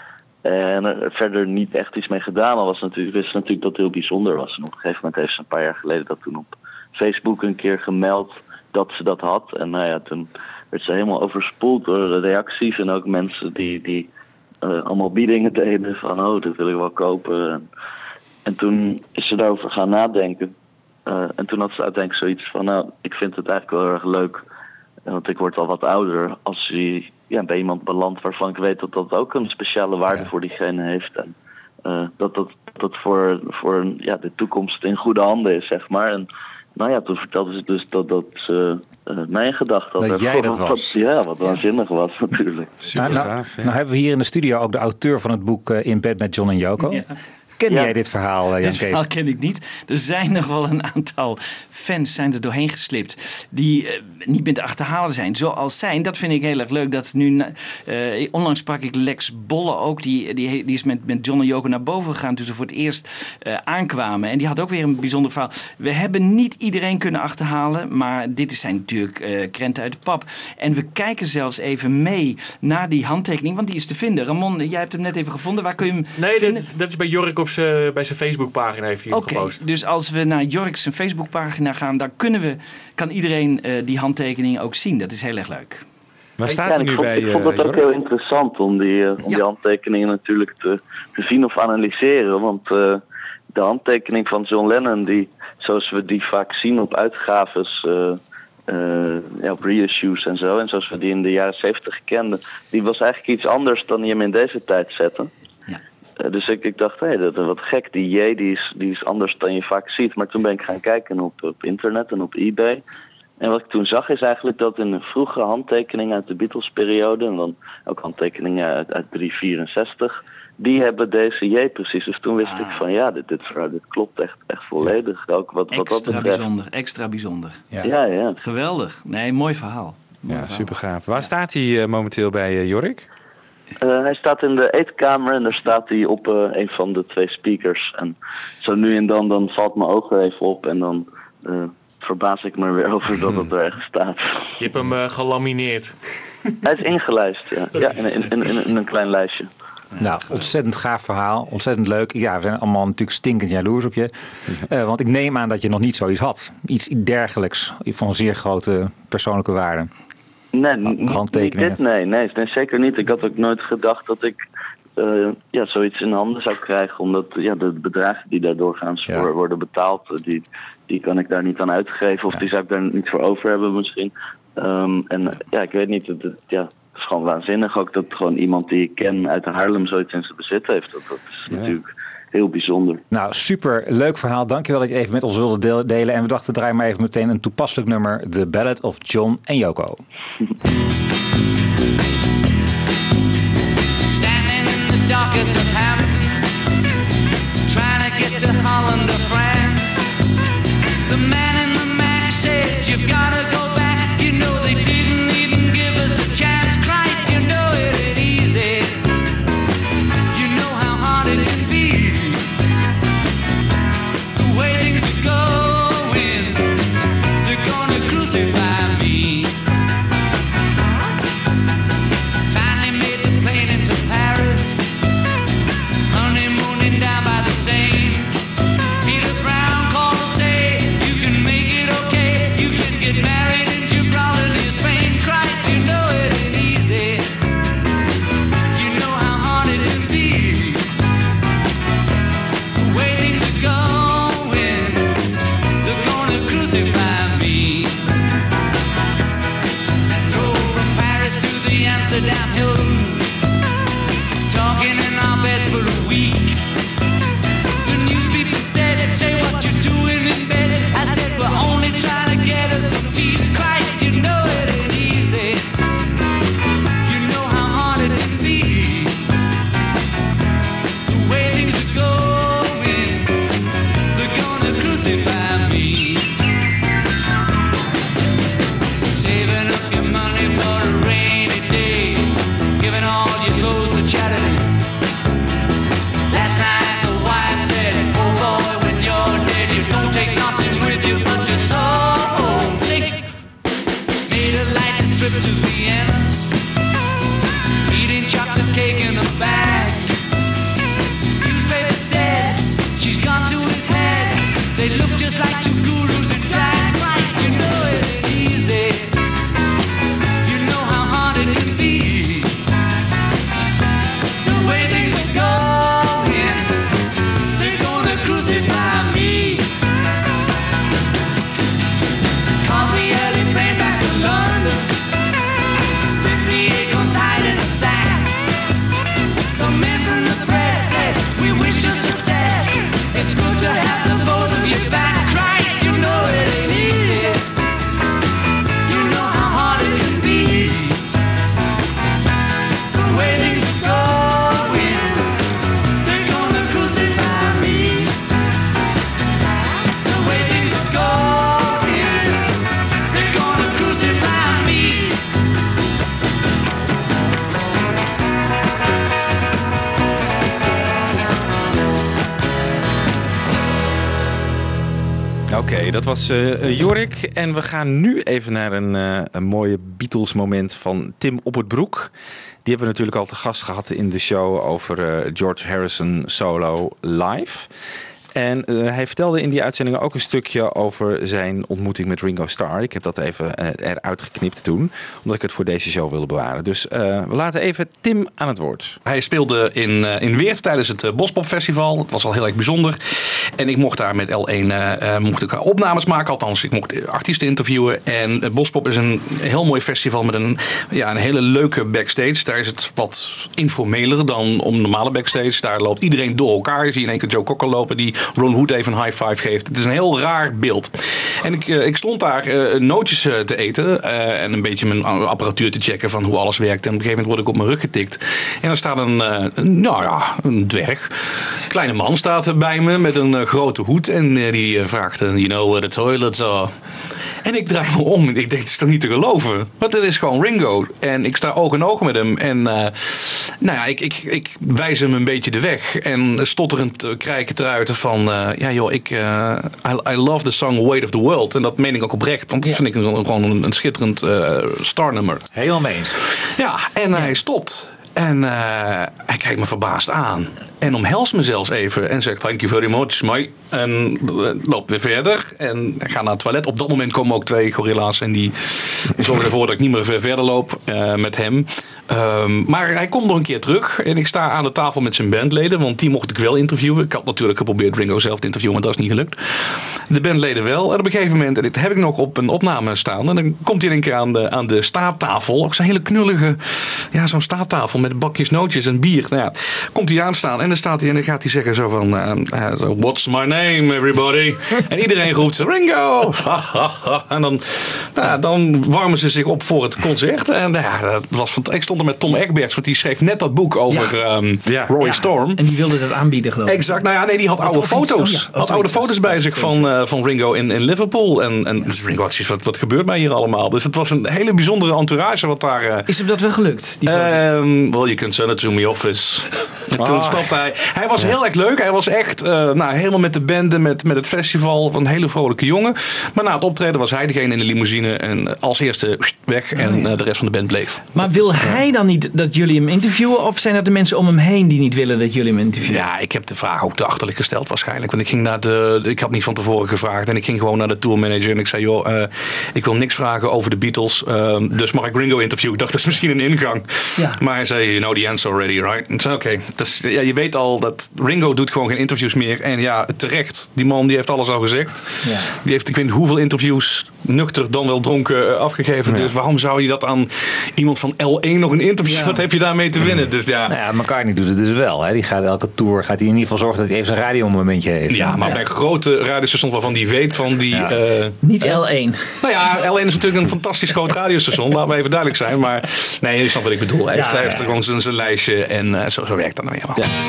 En er verder niet echt iets mee gedaan. Al was natuurlijk, wist natuurlijk dat het heel bijzonder was. En op een gegeven moment heeft ze een paar jaar geleden dat toen op Facebook een keer gemeld dat ze dat had. En nou ja, toen werd ze helemaal overspoeld door de reacties. En ook mensen die, die uh, allemaal biedingen deden van oh, dit wil ik wel kopen. En, en toen is ze daarover gaan nadenken. Uh, en toen had ze uiteindelijk zoiets van, nou, ik vind het eigenlijk wel erg leuk. Want ik word al wat ouder als je ja, bij iemand belandt waarvan ik weet dat dat ook een speciale waarde ja. voor diegene heeft. En uh, dat dat, dat voor, voor ja, de toekomst in goede handen is, zeg maar. En nou ja, toen vertelde ze dus dat dat uh, uh, mijn gedachte had. Dat jij dat was. Wat, ja, wat waanzinnig was natuurlijk. Super nou, gaaf. Nou, nou hebben we hier in de studio ook de auteur van het boek uh, In Bed met John en Yoko. Ja. Ken ja. jij dit verhaal, Jan Kees? Dit verhaal ken ik niet. Er zijn nog wel een aantal fans zijn er doorheen geslipt die uh, niet meer te achterhalen zijn. Zoals zijn, dat vind ik heel erg leuk. Dat nu, uh, onlangs sprak ik Lex Bolle ook. Die, die, die is met, met John en Yoko naar boven gegaan toen ze voor het eerst uh, aankwamen. En die had ook weer een bijzonder verhaal. We hebben niet iedereen kunnen achterhalen, maar dit zijn natuurlijk uh, krenten uit de pap. En we kijken zelfs even mee naar die handtekening, want die is te vinden. Ramon, jij hebt hem net even gevonden. Waar kun je hem nee, vinden? Dat, dat is bij Jork op z'n, bij zijn Facebookpagina heeft hij hem okay, gepost. Dus als we naar Jork zijn Facebookpagina gaan, dan kunnen we, kan iedereen uh, die handtekening ook zien. Dat is heel erg leuk. Waar staat hij ja, nu vond, bij? Ik vond het uh, ook Jork? Heel interessant om die, uh, om ja. die handtekeningen natuurlijk te, te zien of analyseren. Want uh, de handtekening van John Lennon, die, zoals we die vaak zien op uitgaves, uh, uh, ja, op reissues en zo, en zoals we die in de jaren zeventig kenden, die was eigenlijk iets anders dan die hem in deze tijd zetten. Uh, dus ik, ik dacht, hé, hey, dat wat gek, die J die is, die is anders dan je vaak ziet. Maar toen ben ik gaan kijken op, op internet en op eBay. En wat ik toen zag is eigenlijk dat in een vroege handtekening uit de Beatles-periode, en dan ook handtekeningen uit, uit drie vierenzestig, die hebben deze J precies. Dus toen wist ah. ik van ja, dit, dit, dit klopt echt, echt volledig. Ja. Ook wat, wat extra bijzonder, extra bijzonder. Ja. Ja, ja. Geweldig. Nee, mooi verhaal. Mooi ja, verhaal. super gaaf. Waar ja. staat hij uh, momenteel bij uh, Jork? Uh, hij staat in de eetkamer en daar staat hij op uh, een van de twee speakers. En zo nu en dan, dan valt mijn oog er even op en dan uh, verbaas ik me weer over dat het er echt staat. Je hebt hem uh, gelamineerd. Hij is ingelijst, ja, ja in, in, in, in, in een klein lijstje. Nou, ontzettend gaaf verhaal. Ontzettend leuk. Ja, we zijn allemaal natuurlijk stinkend jaloers op je. Uh, want ik neem aan dat je nog niet zoiets had. Iets dergelijks van zeer grote persoonlijke waarde. Nee, niet dit, nee, nee, nee, zeker niet. Ik had ook nooit gedacht dat ik uh, ja, zoiets in handen zou krijgen. Omdat ja, de bedragen die daar doorgaans ja. voor worden betaald, die, die kan ik daar niet aan uitgeven. Of ja. die zou ik daar niet voor over hebben misschien. Um, en ja, ik weet niet, het, het, ja, het is gewoon waanzinnig ook dat gewoon iemand die ik ken uit Haarlem zoiets in zijn bezit heeft. Dat, dat is ja. natuurlijk heel bijzonder. Nou, super leuk verhaal. Dankjewel dat je even met ons wilde delen. En we dachten, draai maar even meteen een toepasselijk nummer. The Ballad of John en Yoko. Standing in the dockets of Hampton, trying to get to Holland or France. The man in the Mac said, you've got to go back. You know they didn't even give us a chance. Christ, you know it ain't easy. You know how hard it can be. The way things are going, they're gonna crucify me. Finally made the plane into Paris. Oké, okay, dat was uh, Jorik. En we gaan nu even naar een, uh, een mooie Beatles moment van Tim Op het Broek. Die hebben we natuurlijk al te gast gehad in de show over uh, George Harrison solo live. En uh, hij vertelde in die uitzending ook een stukje over zijn ontmoeting met Ringo Starr. Ik heb dat even uh, eruit geknipt toen, omdat ik het voor deze show wilde bewaren. Dus uh, we laten even Tim aan het woord. Hij speelde in, uh, in Weert tijdens het uh, Bospop Festival. Dat was al heel erg bijzonder. En ik mocht daar met L één uh, uh, mocht ik opnames maken. Althans, ik mocht artiesten interviewen. En uh, Bospop is een heel mooi festival met een, ja, een hele leuke backstage. Daar is het wat informeler dan om normale backstage. Daar loopt iedereen door elkaar. Je ziet in één keer Joe Cocker lopen die Ron Wood even een high five geeft. Het is een heel raar beeld. En ik, uh, ik stond daar uh, nootjes uh, te eten uh, en een beetje mijn apparatuur te checken van hoe alles werkt. En op een gegeven moment word ik op mijn rug getikt. En er staat een, uh, een, nou ja, een dwerg. Een kleine man staat er bij me met een uh, grote hoed en uh, die uh, vraagt, uh, you know where the toilets are. En ik draai me om. Ik denk, het is toch niet te geloven? Want het is gewoon Ringo. En ik sta oog in oog met hem. En uh, nou ja, ik, ik, ik wijs hem een beetje de weg. En stotterend uh, krijg ik het eruit van... Uh, ja joh, ik, uh, I, I love the song Weight of the World. En dat meen ik ook oprecht. Want dat ja. vind ik een, gewoon een, een schitterend uh, starnummer. Helemaal mee eens. Ja, en ja. hij stopt. En uh, hij kijkt me verbaasd aan. En omhelst me zelfs even. En zegt, thank you very much, mate. En loopt weer verder. En ga naar het toilet. Op dat moment komen ook twee gorilla's. En die zorgen ervoor dat ik niet meer verder loop uh, met hem. Um, maar hij komt nog een keer terug. En ik sta aan de tafel met zijn bandleden. Want die mocht ik wel interviewen. Ik had natuurlijk geprobeerd Ringo zelf te interviewen. Maar dat is niet gelukt. De bandleden wel. En op een gegeven moment. En dit heb ik nog op een opname staan. En dan komt hij in een keer aan de, aan de staattafel. Ook zo'n hele knullige. Ja, zo'n staattafel met bakjes nootjes en bier. Nou ja, komt hij aanstaan. En dan staat hij en dan gaat hij zeggen zo van... Uh, uh, so, what's my name, everybody? En iedereen roept Ringo! En dan, nou, dan warmen ze zich op voor het concert. En ja, dat was van, ik stond er met Tom Egberts, want die schreef net dat boek over ja. um, ja. Roy ja. Storm. En die wilde dat aanbieden, geloof ik. Exact. Nou ja, nee, die had oude foto's. Oh, ja. Had oude foto's bij zich van, uh, van Ringo in, in Liverpool. En, en dus Ringo had wat, wat gebeurt mij hier allemaal? Dus het was een hele bijzondere entourage wat daar... Uh, Is hem dat wel gelukt? Die um, well, you can send it to my office. En toen oh. stapte hij. Hij was ja. heel erg leuk. Hij was echt uh, nou, helemaal met de bende, met, met het festival. Van een hele vrolijke jongen. Maar na het optreden was hij degene in de limousine. En als eerste weg. En uh, de rest van de band bleef. Maar wil hij dan niet dat jullie hem interviewen? Of zijn dat de mensen om hem heen die niet willen dat jullie hem interviewen? Ja, ik heb de vraag ook te achterlijk gesteld waarschijnlijk. Want ik ging naar de... Ik had niet van tevoren gevraagd. En ik ging gewoon naar de tourmanager. En ik zei, joh, uh, ik wil niks vragen over de Beatles. Uh, dus mag ik Ringo interviewen? Ik dacht, dat is misschien een ingang. Ja. Maar hij zei, you know the answer already, right? Ik zei, oké. Okay. Dus ja, je weet al dat Ringo doet gewoon geen interviews meer. En ja, terecht. Die man die heeft alles al gezegd. Ja. Die heeft, ik weet niet hoeveel interviews, nuchter dan wel dronken, afgegeven. Ja. Dus waarom zou je dat aan iemand van L één nog een interview... Ja. Wat heb je daarmee te winnen? Dus ja. Nou ja, McCartney doet het dus wel. Hè. Die gaat elke tour, gaat hij in ieder geval zorgen dat hij even zijn radiomomentje heeft. Ja, maar ja. bij grote radiostations waarvan die weet van die... Ja. Uh, Niet L één. Nou ja, L één is natuurlijk een fantastisch groot radiostation. Laten we even duidelijk zijn. Maar nee, je snapt wat ik bedoel. Hij heeft, ja, hij heeft ja. gewoon zijn, zijn lijstje en uh, zo, zo werkt dat nou helemaal. Ja.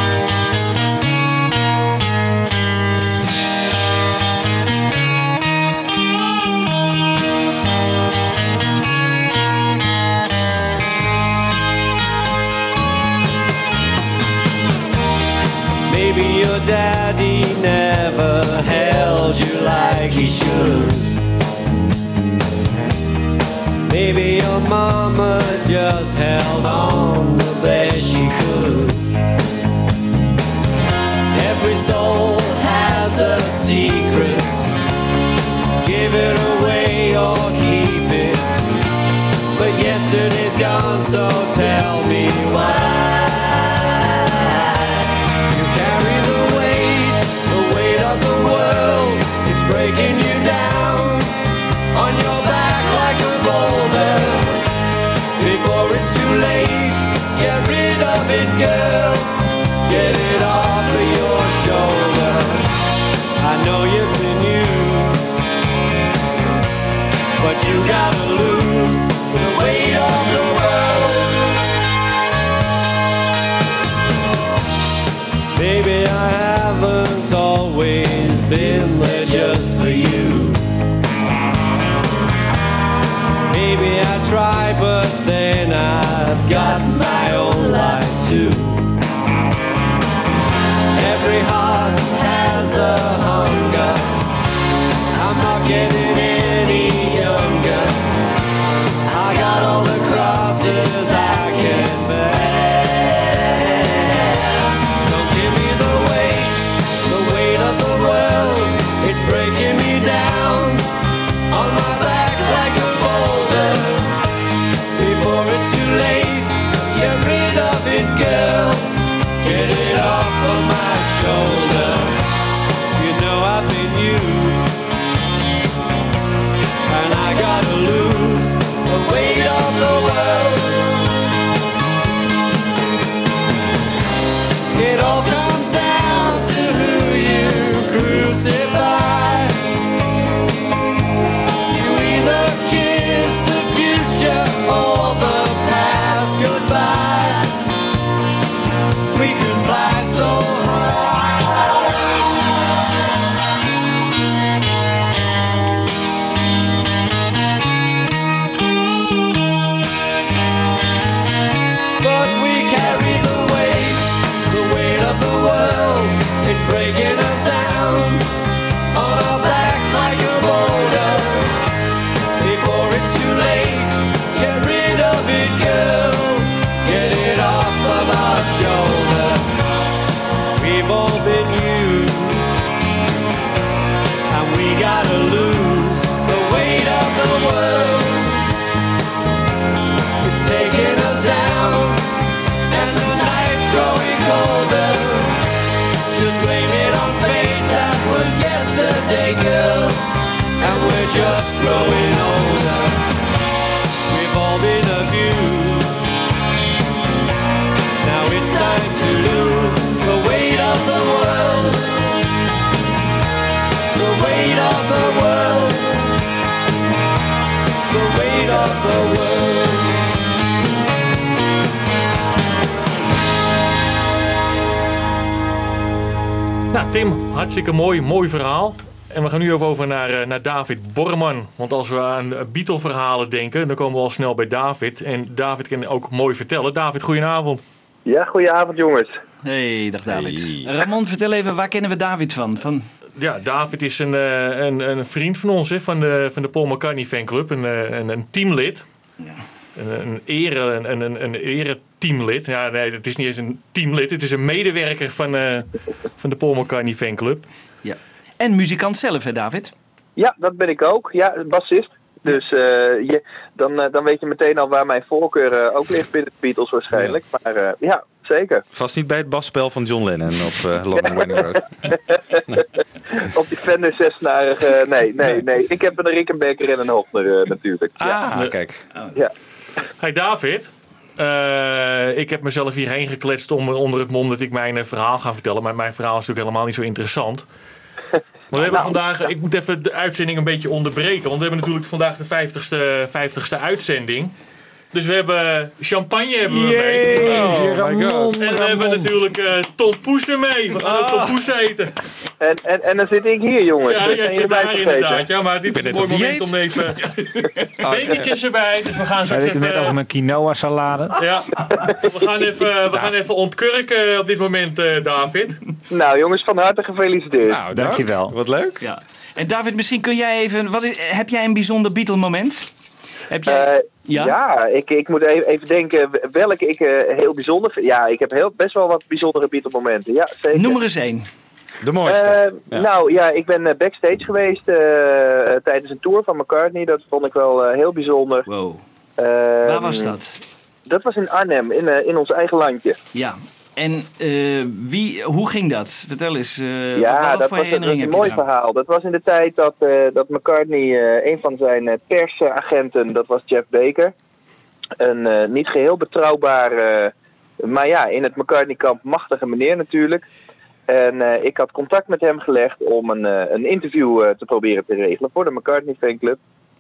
Maybe your daddy never held you like he should. Maybe your mama just held on the best she could. Every soul has a secret. Give it away or keep it. But yesterday's gone, so tell me why. Breaking you down on your back like a boulder. Before it's too late, get rid of it, girl. Get it off of your shoulder. I know you've been used, but you gotta lose the weight of the world. Maybe I haven't always been there just for you. Maybe I try, but then I've got my own life too. Every heart has a hunger we've all been used, and we gotta lose the weight of the world. It's taking us down, and the night's growing colder. Just blame it on fate, that was yesterday, girl, and we're just growing older. We've all been abused, now it's time to lose the weight of the world. The weight of the world. The weight of the world. Nou, Tim, hartstikke mooi, mooi verhaal. En we gaan nu even over naar, naar David Borman. Want als we aan Beatle-verhalen denken, dan komen we al snel bij David. En David kan ook mooi vertellen. David, goedenavond. Ja, goedenavond jongens. Hey, dag David. Hey. Ramon, vertel even, waar kennen we David van? van... Ja, David is een, een, een vriend van ons, hè, van, de, van de Paul McCartney fanclub. Een, een, een teamlid. Ja. Een, een, ere, een, een, een ere teamlid. Ja, nee, het is niet eens een teamlid. Het is een medewerker van, uh, van de Paul McCartney fanclub. Ja. En muzikant zelf, hè David? Ja, dat ben ik ook. Ja, bassist. Dus uh, je, dan, uh, dan weet je meteen al waar mijn voorkeur uh, ook ligt binnen de Beatles waarschijnlijk. Ja. Maar uh, ja, zeker. Vast niet bij het basspel van John Lennon op uh, Long and Winding Road. Op die Fender zesnarige, nee, nee, nee. Ik heb een Rickenbacker en een Hofner uh, natuurlijk. Ah, ja. kijk. Ja. Hey David, uh, ik heb mezelf hierheen gekletst om onder het mom dat ik mijn uh, verhaal ga vertellen. Maar mijn verhaal is natuurlijk helemaal niet zo interessant. Maar we hebben vandaag, ik moet even de uitzending een beetje onderbreken. Want we hebben natuurlijk vandaag de vijftigste, vijftigste uitzending. Dus we hebben champagne hebben we Yay, mee. Oh Ramon, my god. En we Ramon. hebben natuurlijk uh, Tom Poesen mee. We gaan Ah. Tom Poesen eten. En, en, en dan zit ik hier jongens. Ja, Dat jij zijn zit jullie daar vergeten. inderdaad. Ja, maar dit is een mooi moment dieet? om even bekertjes erbij. Dus we gaan Had straks ik het net over even... mijn quinoa salade? Ja, we gaan even, we gaan even ontkurken op dit moment, uh, David. Nou jongens, van harte gefeliciteerd. Nou, dankjewel. Wat leuk. Ja. En David, misschien kun jij even... Wat is, heb jij een bijzonder Beatle-moment? Heb jij... Uh, ja, ja ik, ik moet even, even denken welke ik uh, heel bijzonder vind. Ja, ik heb heel, best wel wat bijzondere Beatle-momenten. Ja, zeker. Noem er eens één. De mooiste. Uh, ja. Nou ja, ik ben uh, backstage geweest uh, uh, tijdens een tour van McCartney. Dat vond ik wel uh, heel bijzonder. Wow. Uh, Waar was dat? Dat was in Arnhem, in, uh, in ons eigen landje. Ja. En uh, wie, hoe ging dat? Vertel eens. Uh, ja, wat dat voor was een, herinneringen een heb mooi je eraan? verhaal. Dat was in de tijd dat, uh, dat McCartney, uh, een van zijn uh, persagenten, dat was Jeff Baker. Een uh, niet geheel betrouwbaar, uh, maar ja, in het McCartney-kamp machtige meneer natuurlijk. En uh, ik had contact met hem gelegd om een, uh, een interview uh, te proberen te regelen voor de McCartney fanclub.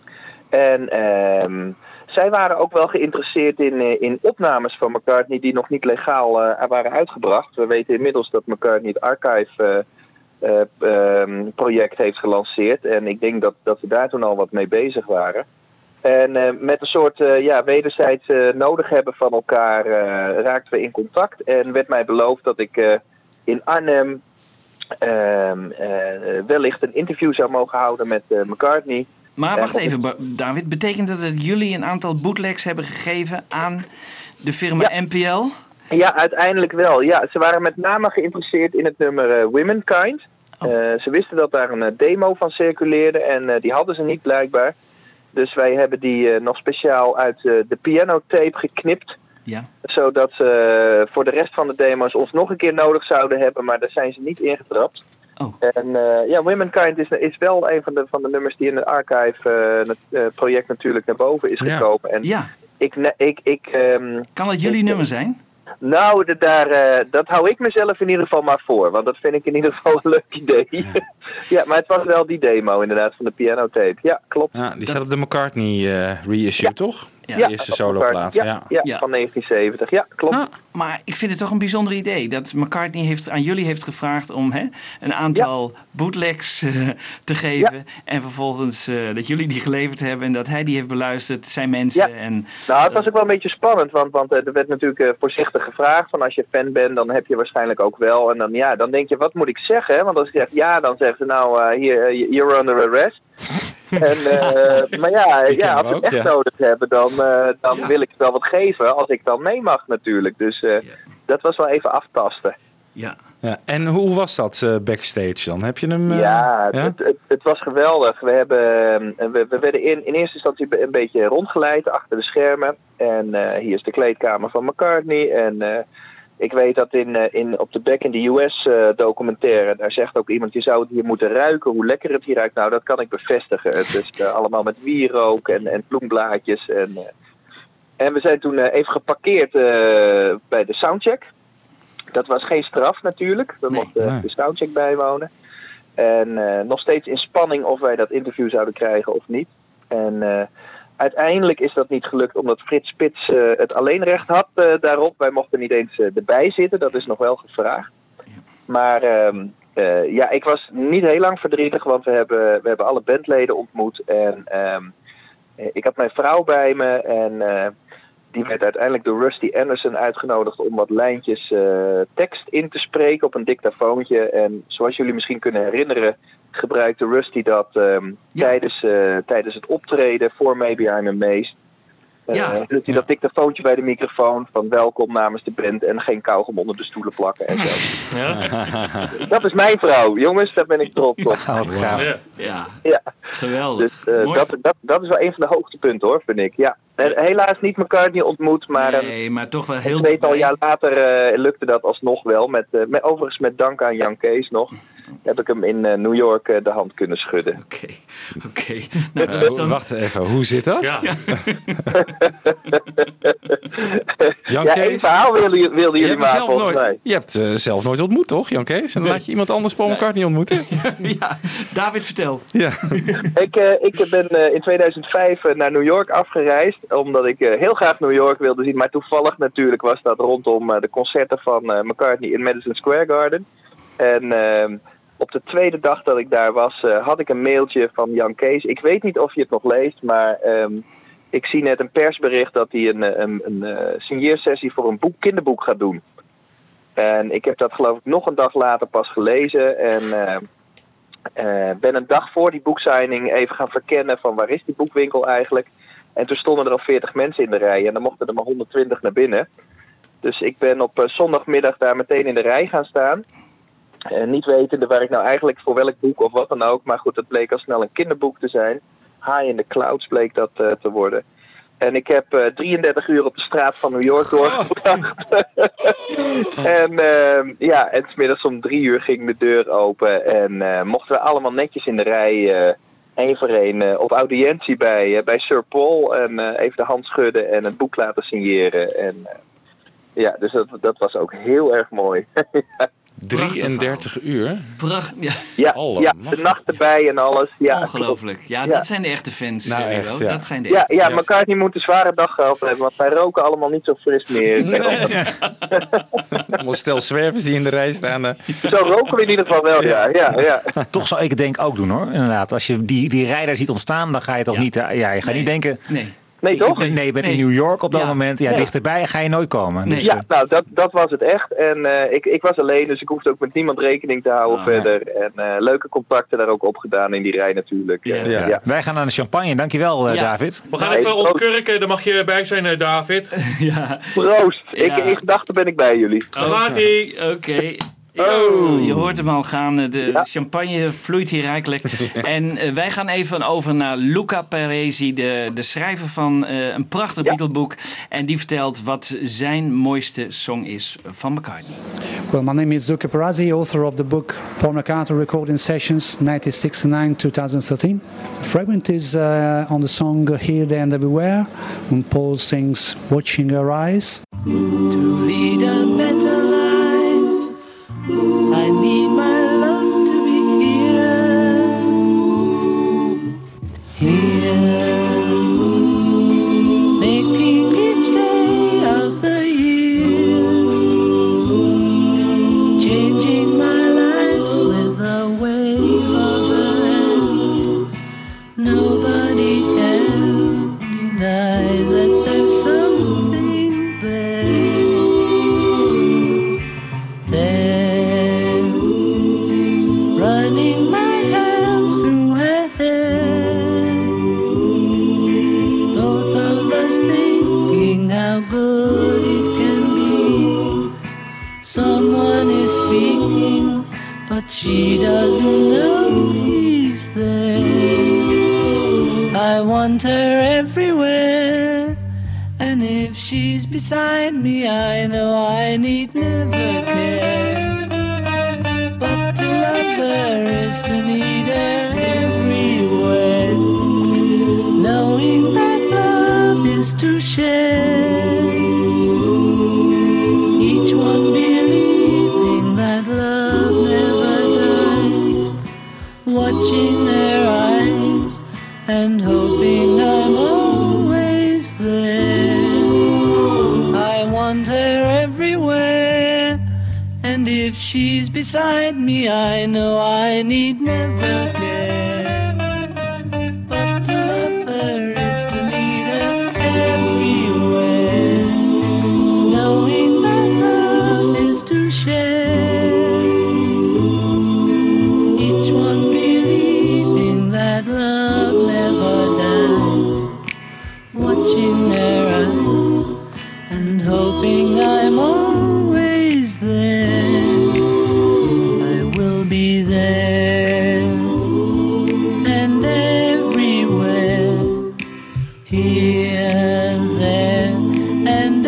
En uh, zij waren ook wel geïnteresseerd in, uh, in opnames van McCartney die nog niet legaal uh, waren uitgebracht. We weten inmiddels dat McCartney het Archive uh, uh, um, project heeft gelanceerd. En ik denk dat, dat we daar toen al wat mee bezig waren. En uh, met een soort uh, ja, wederzijds uh, nodig hebben van elkaar uh, raakten we in contact. En werd mij beloofd dat ik uh, in Arnhem uh, uh, wellicht een interview zou mogen houden met uh, McCartney. Maar wacht Uh, even, Ba- David. Betekent dat dat jullie een aantal bootlegs hebben gegeven aan de firma Ja. N P L? Ja, uiteindelijk wel. Ja, ze waren met name geïnteresseerd in het nummer uh, Womankind. Uh, ze wisten dat daar een uh, demo van circuleerde en uh, die hadden ze niet blijkbaar. Dus wij hebben die uh, nog speciaal uit uh, de pianotape geknipt. Ja. Zodat ze uh, voor de rest van de demo's ons nog een keer nodig zouden hebben, maar daar zijn ze niet ingetrapt. Oh. En uh, ja, Womankind is, is wel een van de, van de nummers die in het Archive uh, uh, project natuurlijk naar boven is Ja. gekomen. En Ja. ik, ne- ik, ik, um, Kan het jullie ik- nummer zijn? Nou, de, daar, uh, dat hou ik mezelf in ieder geval maar voor. Want dat vind ik in ieder geval een leuk idee. ja, maar het was wel die demo inderdaad van de pianotape. Ja, klopt. Ja, die staat op de McCartney uh, reissue, Ja. toch? Ja. De eerste soloplaat. Ja, Ja, ja. Ja. van negentien zeventig. Ja, klopt. Ah, maar ik vind het toch een bijzonder idee dat McCartney heeft, aan jullie heeft gevraagd om hè, een aantal bootlegs uh, te geven. Ja. En vervolgens uh, dat jullie die geleverd hebben en dat hij die heeft beluisterd, zijn mensen. Ja. En, Nou, het was ook wel een beetje spannend, want, want uh, er werd natuurlijk uh, voorzichtig gevraagd van als je fan bent, dan heb je waarschijnlijk ook wel. En dan, ja, dan denk je, wat moet ik zeggen? Hè? Want als ik zeg ja, dan zeggen ze nou, uh, hier, uh, you're under arrest. en, uh, maar ja, Die ja, kennen als we we ook, het echt ja. nodig hebben, dan, uh, dan wil ik wel wat geven als ik dan mee mag natuurlijk. Dus uh, dat was wel even aftasten. Ja. Ja, en hoe was dat uh, backstage dan? Heb je hem... Uh, ja, ja? Het, het, het was geweldig. We, hebben, we, we werden in, in eerste instantie een beetje rondgeleid achter de schermen. En uh, hier is de kleedkamer van McCartney. En uh, ik weet dat in, uh, in, op de Back in the U S uh, documentaire, daar zegt ook iemand, je zou het hier moeten ruiken, hoe lekker het hier ruikt. Nou, dat kan ik bevestigen. Het is uh, allemaal met wierook en, en bloemblaadjes. En, uh, en we zijn toen uh, even geparkeerd uh, bij de soundcheck. Dat was geen straf natuurlijk. We nee, mochten nee. de soundcheck bijwonen. En uh, nog steeds in spanning of wij dat interview zouden krijgen of niet. En uh, uiteindelijk is dat niet gelukt omdat Frits Spits uh, het alleenrecht had uh, daarop. Wij mochten niet eens uh, erbij zitten. Dat is nog wel gevraagd. Maar uh, uh, ja, ik was niet heel lang verdrietig. Want we hebben, we hebben alle bandleden ontmoet. En uh, ik had mijn vrouw bij me. En... Uh, Die werd uiteindelijk door Rusty Anderson uitgenodigd om wat lijntjes uh, tekst in te spreken op een dictafoontje. En zoals jullie misschien kunnen herinneren, gebruikte Rusty dat um, ja. tijdens, uh, tijdens het optreden voor Maybe I'm Amazed. Uh, ja. Dus hij dat dictafoontje bij de microfoon van welkom namens de band en geen kauwgom onder de stoelen plakken en zo. Ja. Dat is mijn vrouw, jongens, daar ben ik trots op. Ja, ja. ja. ja. geweldig. Dus uh, dat, dat, dat is wel een van de hoogtepunten hoor, vind ik. Ja. Helaas niet McCartney ontmoet, maar, nee, maar toch wel heel een tweetal jaar later uh, lukte dat alsnog wel. Met, uh, met, overigens met dank aan Jan Kees nog. Heb ik hem in uh, New York uh, de hand kunnen schudden. Oké, oké. Okay. Nou, uh, dan... Wacht even, hoe zit dat? Ja. Jan ja, Kees? Een verhaal wilden, wilden jullie maken zelf volgens nooit, mij. Je hebt uh, zelf nooit ontmoet, toch, Jan Kees? En dan nee. laat je iemand anders Paul McCartney ontmoeten? Ja, David, vertel. Ja. ik, uh, ik ben uh, in tweeduizend vijf uh, naar New York afgereisd, omdat ik uh, heel graag New York wilde zien. Maar toevallig natuurlijk was dat rondom uh, de concerten van uh, McCartney in Madison Square Garden. En uh, op de tweede dag dat ik daar was, uh, had ik een mailtje van Jan Kees. Ik weet niet of je het nog leest, maar um, ik zie net een persbericht dat hij een, een, een, een uh, signeersessie voor een boek, kinderboek gaat doen. En ik heb dat geloof ik nog een dag later pas gelezen. En uh, uh, ben een dag voor die boeksigning even gaan verkennen van waar is die boekwinkel eigenlijk. En toen stonden er al veertig mensen in de rij en dan mochten er maar honderdtwintig naar binnen. Dus ik ben op uh, zondagmiddag daar meteen in de rij gaan staan. Uh, niet wetende waar ik nou eigenlijk voor welk boek of wat dan ook. Maar goed, het bleek al snel een kinderboek te zijn. High in the Clouds bleek dat uh, te worden. En ik heb uh, drieëndertig uur op de straat van New York doorgebracht. Oh. en uh, ja, en 's middags om drie uur ging de deur open. En uh, mochten we allemaal netjes in de rij, uh, één voor één, uh, op audiëntie bij, uh, bij Sir Paul. En uh, even de hand schudden en het boek laten signeren. En uh, ja, dus dat, dat was ook heel erg mooi. drieëndertig uur? Pracht, ja. Ja, ja, de nacht erbij en alles. Ja. Ongelooflijk. Ja, ja, dat zijn de echte fans. Nou, uh, echt, ja. Dat zijn de ja, echte ja, fans. McCartney moet een zware dag gehad hebben, want wij roken allemaal niet zo fris meer. Nee. Allemaal stel zwervers die in de rij staan. Uh. Zo roken we in ieder geval wel, ja. ja, ja. Toch zou ik het denk ook doen hoor, inderdaad. Als je die, die rij daar ziet ontstaan, dan ga je toch ja. niet... Uh, ja, je gaat nee. niet denken... Nee. Nee, toch? Nee, je bent nee. in New York op dat ja. moment. Ja, nee. dichterbij ga je nooit komen. Nee. Dus, ja, nou, dat, dat was het echt. En uh, ik, ik was alleen, dus ik hoefde ook met niemand rekening te houden oh, verder. Ja. En uh, leuke contacten daar ook opgedaan in die rij natuurlijk. Ja. Ja. Ja. Wij gaan naar de champagne. Dankjewel, uh, ja. David. We gaan nee, even ontkurken. Daar mag je bij zijn, uh, David. ja. Proost. Ja. Ik, in gedachten ben ik bij jullie. Daar gaat ie. Oké. Okay. Oh, je hoort hem al gaan. De ja. champagne vloeit hier rijkelijk. En uh, wij gaan even over naar Luca Peresi, de, de schrijver van uh, een prachtig ja. Beatle-boek. En die vertelt wat zijn mooiste song is van McCartney. Well, my name is Luca Peresi, author of the book Paul McCartney Recording Sessions nineteen sixty-nine to twenty thirteen. The fragment is uh, on the song Here, There and Everywhere, when Paul sings Watching Her Eyes. To lead a better life, I need my love to be here, here, making each day of the year, changing my life with a wave of her hand. Nobody can deny that there's something there. There, running my hands through her hair, both of us thinking how good it can be. Someone is calling, but she doesn't know he's there. I want her everywhere, and if she's beside me, I know I need never care. But to love her is to need her everywhere, knowing that love is to share. Each one believing that love never dies, watching their eyes and hoping I'm always there. I want her everywhere, and if she's beside me, I know I need never care. But to love her is to need her everywhere, knowing that love is to share. Each one believing that love never dies, watching their eyes and hoping I'm always there. I will be there and everywhere, here, there and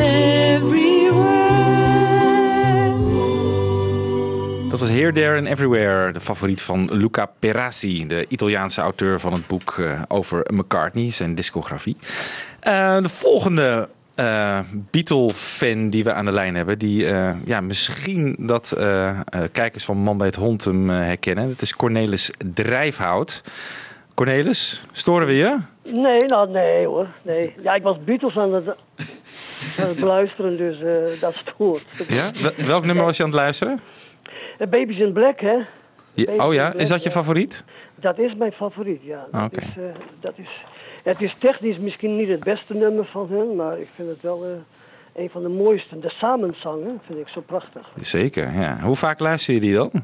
everywhere. Dat was Here, There and Everywhere, de favoriet van Luca Perasi, de Italiaanse auteur van het boek uh, over McCartney, zijn discografie. Uh, de volgende uh, Beatle-fan die we aan de lijn hebben, die uh, ja, misschien dat uh, uh, kijkers van Man bij het Hond hem uh, herkennen. Dat is Cornelis Drijfhout. Cornelis, storen we je? Nee, nou nee hoor. Nee. Ja, ik was Beatles aan het, aan het beluisteren, dus uh, dat stoort. Ja? Welk nummer was je aan het luisteren? Uh, Baby's in Black, hè? Ja, oh ja, is dat je favoriet? Dat is mijn favoriet, ja. Dat, okay. is, uh, dat is, het is technisch misschien niet het beste nummer van hen, maar ik vind het wel uh, een van de mooiste. De samenzangen vind ik zo prachtig. Zeker, ja. Hoe vaak luister je die dan?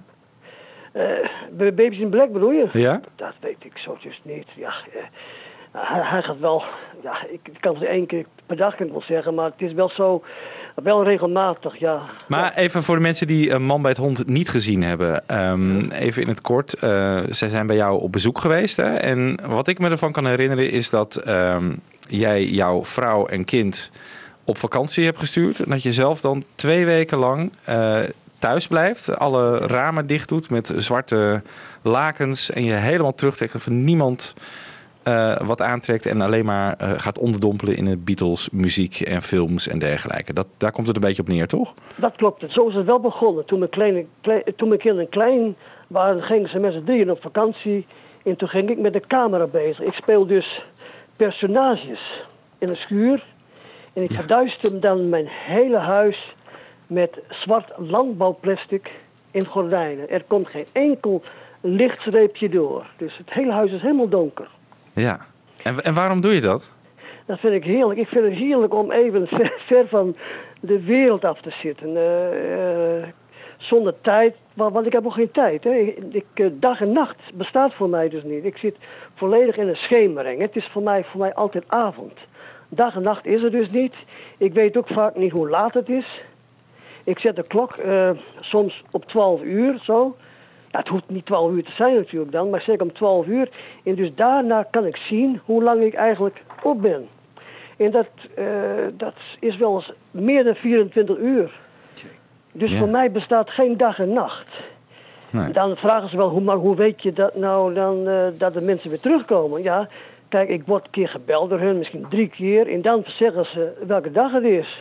Uh, Baby's in Black bedoel je? Ja. Dat weet ik zo dus niet. Ja, uh, hij, hij gaat wel, ja, ik kan het één keer per dag kan ik wel zeggen, maar het is wel zo, wel regelmatig, ja. Maar ja. Even voor de mensen die een Man bij het Hond niet gezien hebben, um, even in het kort. Uh, zij zijn bij jou op bezoek geweest, hè? En wat ik me ervan kan herinneren is dat um, jij jouw vrouw en kind op vakantie hebt gestuurd. En dat je zelf dan twee weken lang uh, thuis blijft, alle ramen dicht doet met zwarte lakens en je helemaal terugtrekt of niemand uh, wat aantrekt en alleen maar uh, gaat onderdompelen in de Beatles muziek en films en dergelijke. Dat, daar komt het een beetje op neer, toch? Dat klopt. Zo is het wel begonnen. Toen mijn, kleine, klein, toen mijn kinderen klein waren, gingen ze met z'n drieën op vakantie en toen ging ik met de camera bezig. Ik speel dus personages in een schuur en ik ja. verduister dan mijn hele huis met zwart landbouwplastic in gordijnen. Er komt geen enkel lichtstreepje door. Dus het hele huis is helemaal donker. Ja. En, en waarom doe je dat? Dat vind ik heerlijk. Ik vind het heerlijk om even ver, ver van de wereld af te zitten. Uh, uh, zonder tijd. Want ik heb ook geen tijd. Hè. Ik, ik, dag en nacht bestaat voor mij dus niet. Ik zit volledig in een schemering. Het is voor mij, voor mij altijd avond. Dag en nacht is er dus niet. Ik weet ook vaak niet hoe laat het is. Ik zet de klok uh, soms op twaalf uur zo. Ja, het hoeft niet twaalf uur te zijn natuurlijk dan, maar zeker om twaalf uur. En dus daarna kan ik zien hoe lang ik eigenlijk op ben. En dat, uh, dat is wel eens meer dan vierentwintig uur. Dus ja. voor mij bestaat geen dag en nacht. Nee. Dan vragen ze wel, hoe, maar hoe weet je dat nou dan, uh, dat de mensen weer terugkomen? Ja, kijk, ik word een keer gebeld door hun, misschien drie keer. En dan zeggen ze welke dag het is.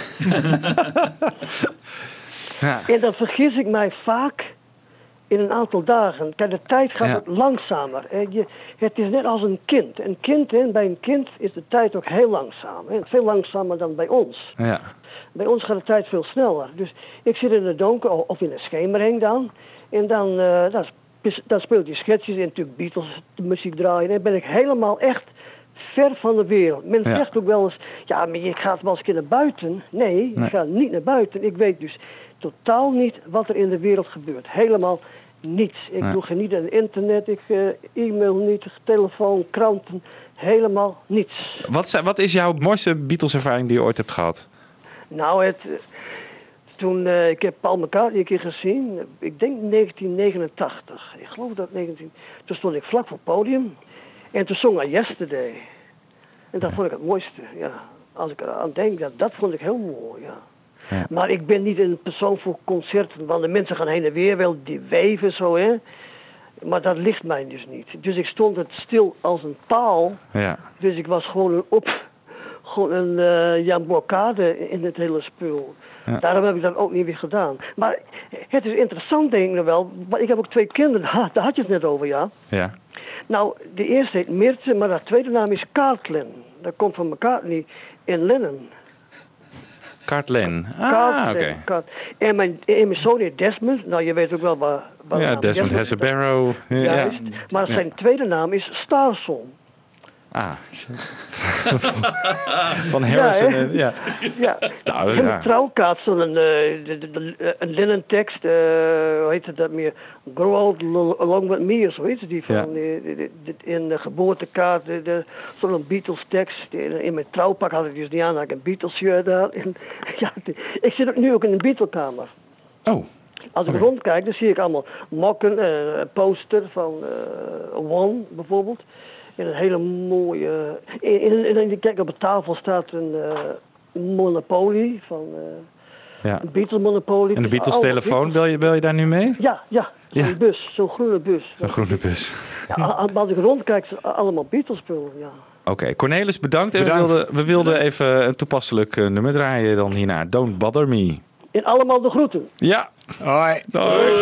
ja. En dan vergis ik mij vaak in een aantal dagen. Kijk, de tijd gaat ja. langzamer. Je, het is net als een kind. Een kind, hè, bij een kind is de tijd ook heel langzaam. Hè, veel langzamer dan bij ons. Ja. Bij ons gaat de tijd veel sneller. Dus ik zit in het donker, of in een schemering dan. En dan, uh, dan, dan speelt die schetsjes en natuurlijk Beatles muziek draaien. Dan ben ik helemaal echt ver van de wereld. Men ja. zegt ook wel eens, ja, maar je gaat wel eens een keer naar buiten. Nee, nee, je gaat niet naar buiten. Ik weet dus totaal niet wat er in de wereld gebeurt. Helemaal niets. Ik nee. doe geen niet aan het internet, ik uh, e-mail niet, telefoon, kranten, helemaal niets. Wat, wat is jouw mooiste Beatles-ervaring die je ooit hebt gehad? Nou, het, toen, uh, ik heb Paul McCartney een keer gezien. Ik denk negentien negenentachtig. Ik geloof dat negentien... Toen stond ik vlak voor het podium. En toen zong hij Yesterday. En dat vond ik het mooiste, ja. Als ik eraan denk, dat, dat vond ik heel mooi, ja. Ja. Maar ik ben niet een persoon voor concerten, want de mensen gaan heen en weer wel, die weven zo, hè. Maar dat ligt mij dus niet. Dus ik stond het stil als een paal. Ja. Dus ik was gewoon een op, gewoon een uh, ja, blokkade in het hele spul. Ja. Daarom heb ik dat ook niet weer gedaan. Maar het is interessant, denk ik wel. Want ik heb ook twee kinderen, daar had je het net over, ja. Ja. Nou, de eerste heet Mirte, maar haar tweede naam is Caitlin. Dat komt van McCartney en Lennon. Caitlin. Ah, oké. Okay. En mijn, en mijn zoon heet Desmond. Nou, je weet ook wel waar... waar ja, Desmond has a barrow. Ja. Ja. Maar zijn ja. tweede naam is Starson. Ah. Van Harrison. Ja. ja. ja. Nou, en ja. de trouwkaart stond een, uh, een Lennon tekst. Uh, hoe heet het dat meer? Grow old along with me, of zo heet het die. Van, ja. de, de, de, in de geboortekaart stond een Beatles tekst. In mijn trouwpak had ik dus niet aan, had ik een Beatles shirt aan. En, ja, de, ik zit ook nu ook in een Beatlekamer. Oh. Als ik okay. rondkijk, dan zie ik allemaal mokken, uh, een poster van uh, One bijvoorbeeld. In een hele mooie... In, in, in, kijk, op de tafel staat een uh, Monopoly van... Uh, ja. Een Beatles Monopoly. En de Beatles telefoon, bel je, bel je daar nu mee? Ja, ja. Zo'n ja. bus, zo'n groene bus. Zo'n groene bus. Ja, als ik rondkijk, allemaal Beatles spullen, ja. Oké, okay. Cornelis, bedankt. En bedankt. We wilden, we wilden even een toepasselijk uh, nummer draaien dan hierna. Don't Bother Me. En allemaal de groeten. Ja. Hoi. Hoi.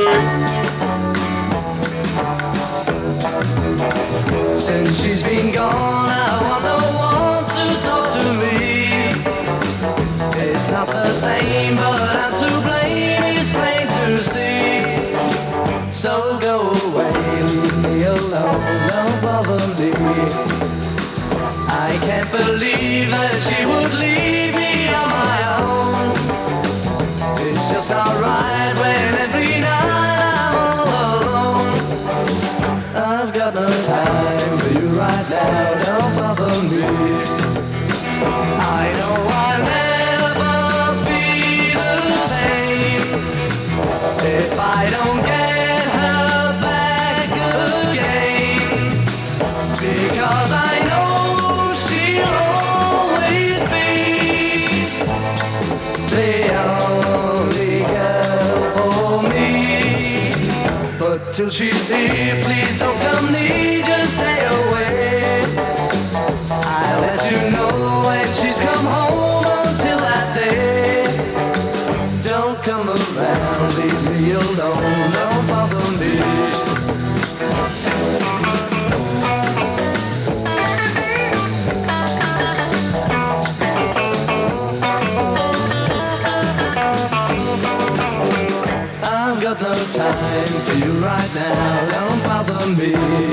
Since she's been gone, I want no one to talk to me. It's not the same, but I'm to blame, it's plain to see. So go away, leave me alone, don't bother me. I can't believe that she would leave me on my own. It's just not right when every night I'm all alone. I've got no time for you right now, don't bother me. I know I'll never be the same if I don't get her back again, because I know she'll always be the only girl for me. But till she's here, please don't come near, just stay away. I'll let you know when she's come home. Until that day, don't come around, leave me alone, don't bother me. I've got no time for you right now, don't bother me.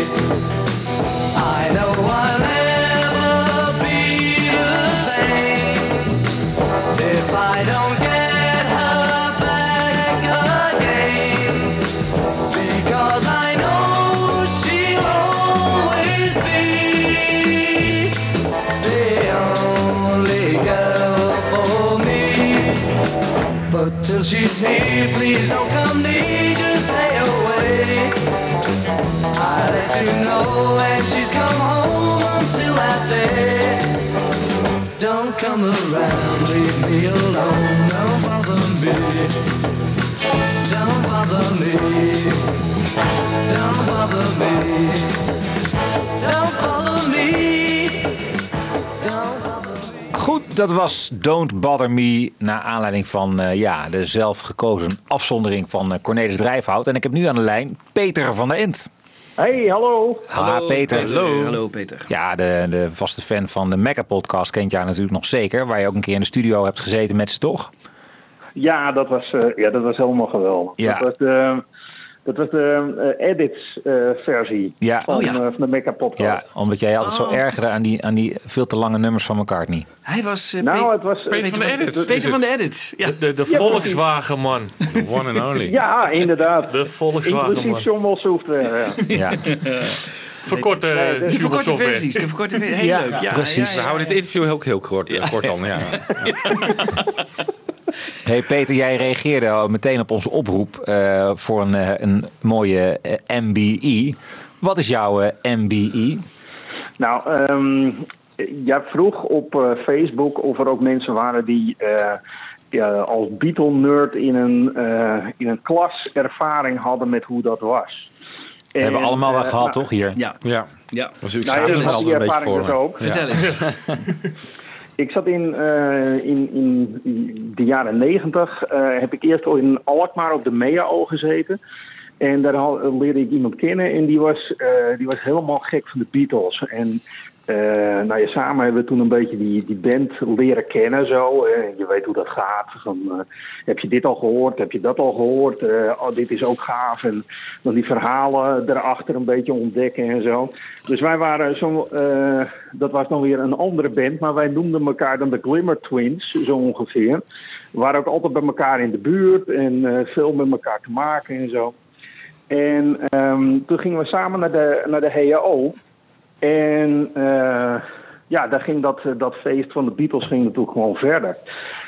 I know I'll never be the same if I don't get her back again, because I know she'll always be the only girl for me. But till she's here, please don't come near, just stay away. I'll let you know when she's come home. Until that day, don't come around, leave me alone, don't bother me. Don't bother me. Don't bother me. Don't bother me. Don't bother me. Goed, dat was Don't Bother Me, naar aanleiding van uh, ja, de zelf gekozen afzondering van uh, Cornelis Drijfhout. En ik heb nu aan de lijn Peter van der Ent. Hey, hallo. Ha, Peter. Hallo. Hallo Peter. Ja, de, de vaste fan van de Mecca Podcast kent jou natuurlijk nog zeker. Waar je ook een keer in de studio hebt gezeten met ze, toch? Ja, dat was, uh, ja, dat was helemaal geweldig. Ja. Dat was de, dat was de uh, edits uh, versie ja. van, oh, ja. uh, van de Mecca Podcast. Ja, omdat jij altijd oh. zo ergerde aan die, aan die veel te lange nummers van McCartney. Hij was... Uh, nou, Pe- het was... Uh, Peter van de Edits. Peter van de Edits. Ja. De, de, de ja, Volkswagen man. The one and only. Ja, inderdaad. De Volkswagen man. Inclusief Jommel software, ja. ja. Verkorte, nee, de verkorte versies. De verkorte versies. Heel ja, leuk. Ja, precies. Ja, ja, ja. We houden dit interview ook heel kort, ja. kort dan. Ja. Hey Peter, jij reageerde al meteen op onze oproep uh, voor een, uh, een mooie uh, M B E. Wat is jouw uh, M B E? Nou, um, jij vroeg op uh, Facebook of er ook mensen waren die uh, ja, als Beatle-nerd in een, uh, in een klas ervaring hadden met hoe dat was. En, hebben we allemaal wel uh, gehad, nou, toch, hier? Ja. Ja. ja. Was u nou, ja, had die ervaring dus ook. Vertel eens. Ik zat in, uh, in, in de jaren negentig, uh, heb ik eerst al in Alkmaar op de M E A O gezeten. En daar al, leerde ik iemand kennen en die was, uh, die was helemaal gek van de Beatles. En uh, nou ja, samen hebben we toen een beetje die, die band leren kennen zo. Uh, je weet hoe dat gaat. Van, uh, heb je dit al gehoord? Heb je dat al gehoord? Uh, oh, dit is ook gaaf. En dan die verhalen erachter een beetje ontdekken en zo. Dus wij waren zo, uh, dat was dan weer een andere band, maar wij noemden elkaar dan de Glimmer Twins, zo ongeveer. We waren ook altijd bij elkaar in de buurt en uh, veel met elkaar te maken en zo. En um, toen gingen we samen naar de, naar de H A O. En uh, ja, daar ging dat, dat feest van de Beatles ging natuurlijk gewoon verder.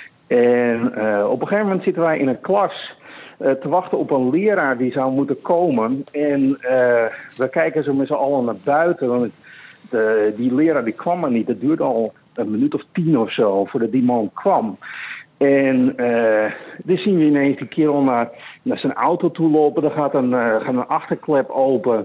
En uh, op een gegeven moment zitten wij in een klas uh, te wachten op een leraar die zou moeten komen. En uh, we kijken zo met z'n allen naar buiten. Want de, die leraar die kwam maar niet. Het duurde al een minuut of tien of zo voordat die man kwam. En uh, dus zien we ineens die kerel naar, naar zijn auto toe lopen. Er gaat een, uh, gaat een achterklep open.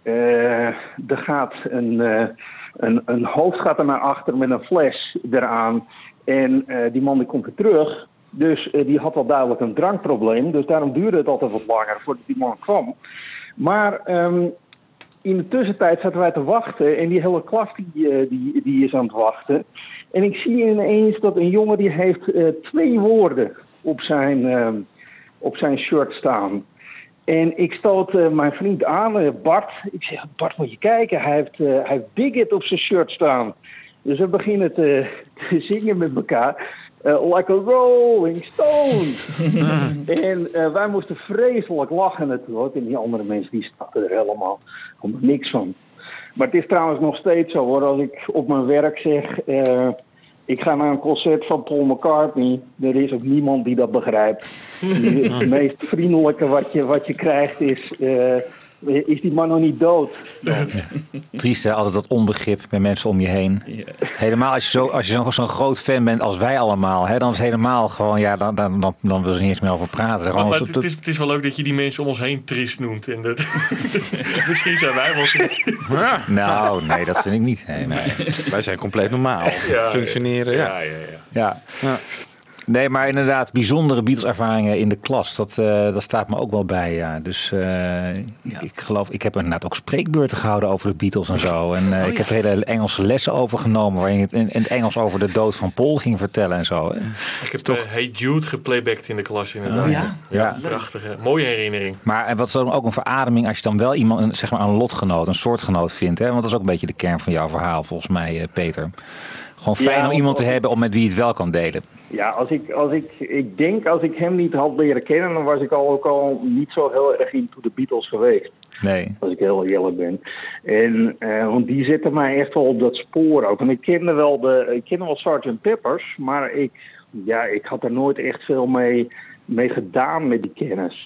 Uh, er gaat een, uh, een, een hoofd gaat er naar achter met een fles eraan. En uh, die man die komt weer terug. Dus uh, die had wel duidelijk een drankprobleem. Dus daarom duurde het altijd wat langer voordat die man kwam. Maar um, in de tussentijd zaten wij te wachten. En die hele klas die, uh, die, die is aan het wachten. En ik zie ineens dat een jongen die heeft uh, twee woorden op zijn, uh, op zijn shirt staan. En ik stoot uh, mijn vriend aan, uh, Bart. Ik zeg, Bart, moet je kijken, hij heeft, uh, hij heeft Bigot op zijn shirt staan. Dus we beginnen te, te zingen met elkaar. Uh, like a rolling stone. En uh, wij moesten vreselijk lachen natuurlijk. En die andere mensen die snapten er helemaal, helemaal niks van. Maar het is trouwens nog steeds zo hoor. Als ik op mijn werk zeg, uh, ik ga naar een concert van Paul McCartney. Er is ook niemand die dat begrijpt. Het meest vriendelijke wat je, wat je krijgt is, uh, is die man nog niet dood. Ja. Triest hè, altijd dat onbegrip met mensen om je heen. Ja. Helemaal als je, zo, als je zo, zo'n groot fan bent als wij allemaal. Hè, dan is het helemaal gewoon, ja, dan, dan, dan, dan wil je er niet eens meer over praten. Maar, maar het, het, is, het is wel leuk dat je die mensen om ons heen triest noemt. En dat, misschien zijn wij wel triest. Nou, nee, dat vind ik niet. Nee, nee. Wij zijn compleet normaal. Ja, functioneren, ja. Ja, ja, ja. ja. ja. Nee, maar inderdaad, bijzondere Beatles-ervaringen in de klas. Dat, uh, dat staat me ook wel bij, ja. Dus uh, ja. ik geloof, ik heb inderdaad ook spreekbeurten gehouden over de Beatles en zo. En uh, oh, ik ja. heb hele Engelse lessen overgenomen, waarin ik in, in het Engels over de dood van Paul ging vertellen en zo. Ik heb toch uh, Hey Jude geplaybacked in de klas inderdaad. Oh, ja? Ja, ja. Prachtige, mooie herinnering. Maar en wat is dan ook een verademing als je dan wel iemand, zeg maar een lotgenoot, een soortgenoot vindt, hè? Want dat is ook een beetje de kern van jouw verhaal, volgens mij, uh, Peter. Gewoon fijn ja, om iemand te hebben om met wie het wel kan delen. Ja, als ik, als ik, ik denk als ik hem niet had leren kennen, dan was ik al, ook al niet zo heel erg into de Beatles geweest. Nee. Als ik heel eerlijk ben. En, uh, want die zitten mij echt wel op dat spoor ook. En ik kende wel, de, ik kende wel sergeant Peppers, maar ik, ja, ik had er nooit echt veel mee, mee gedaan met die kennis.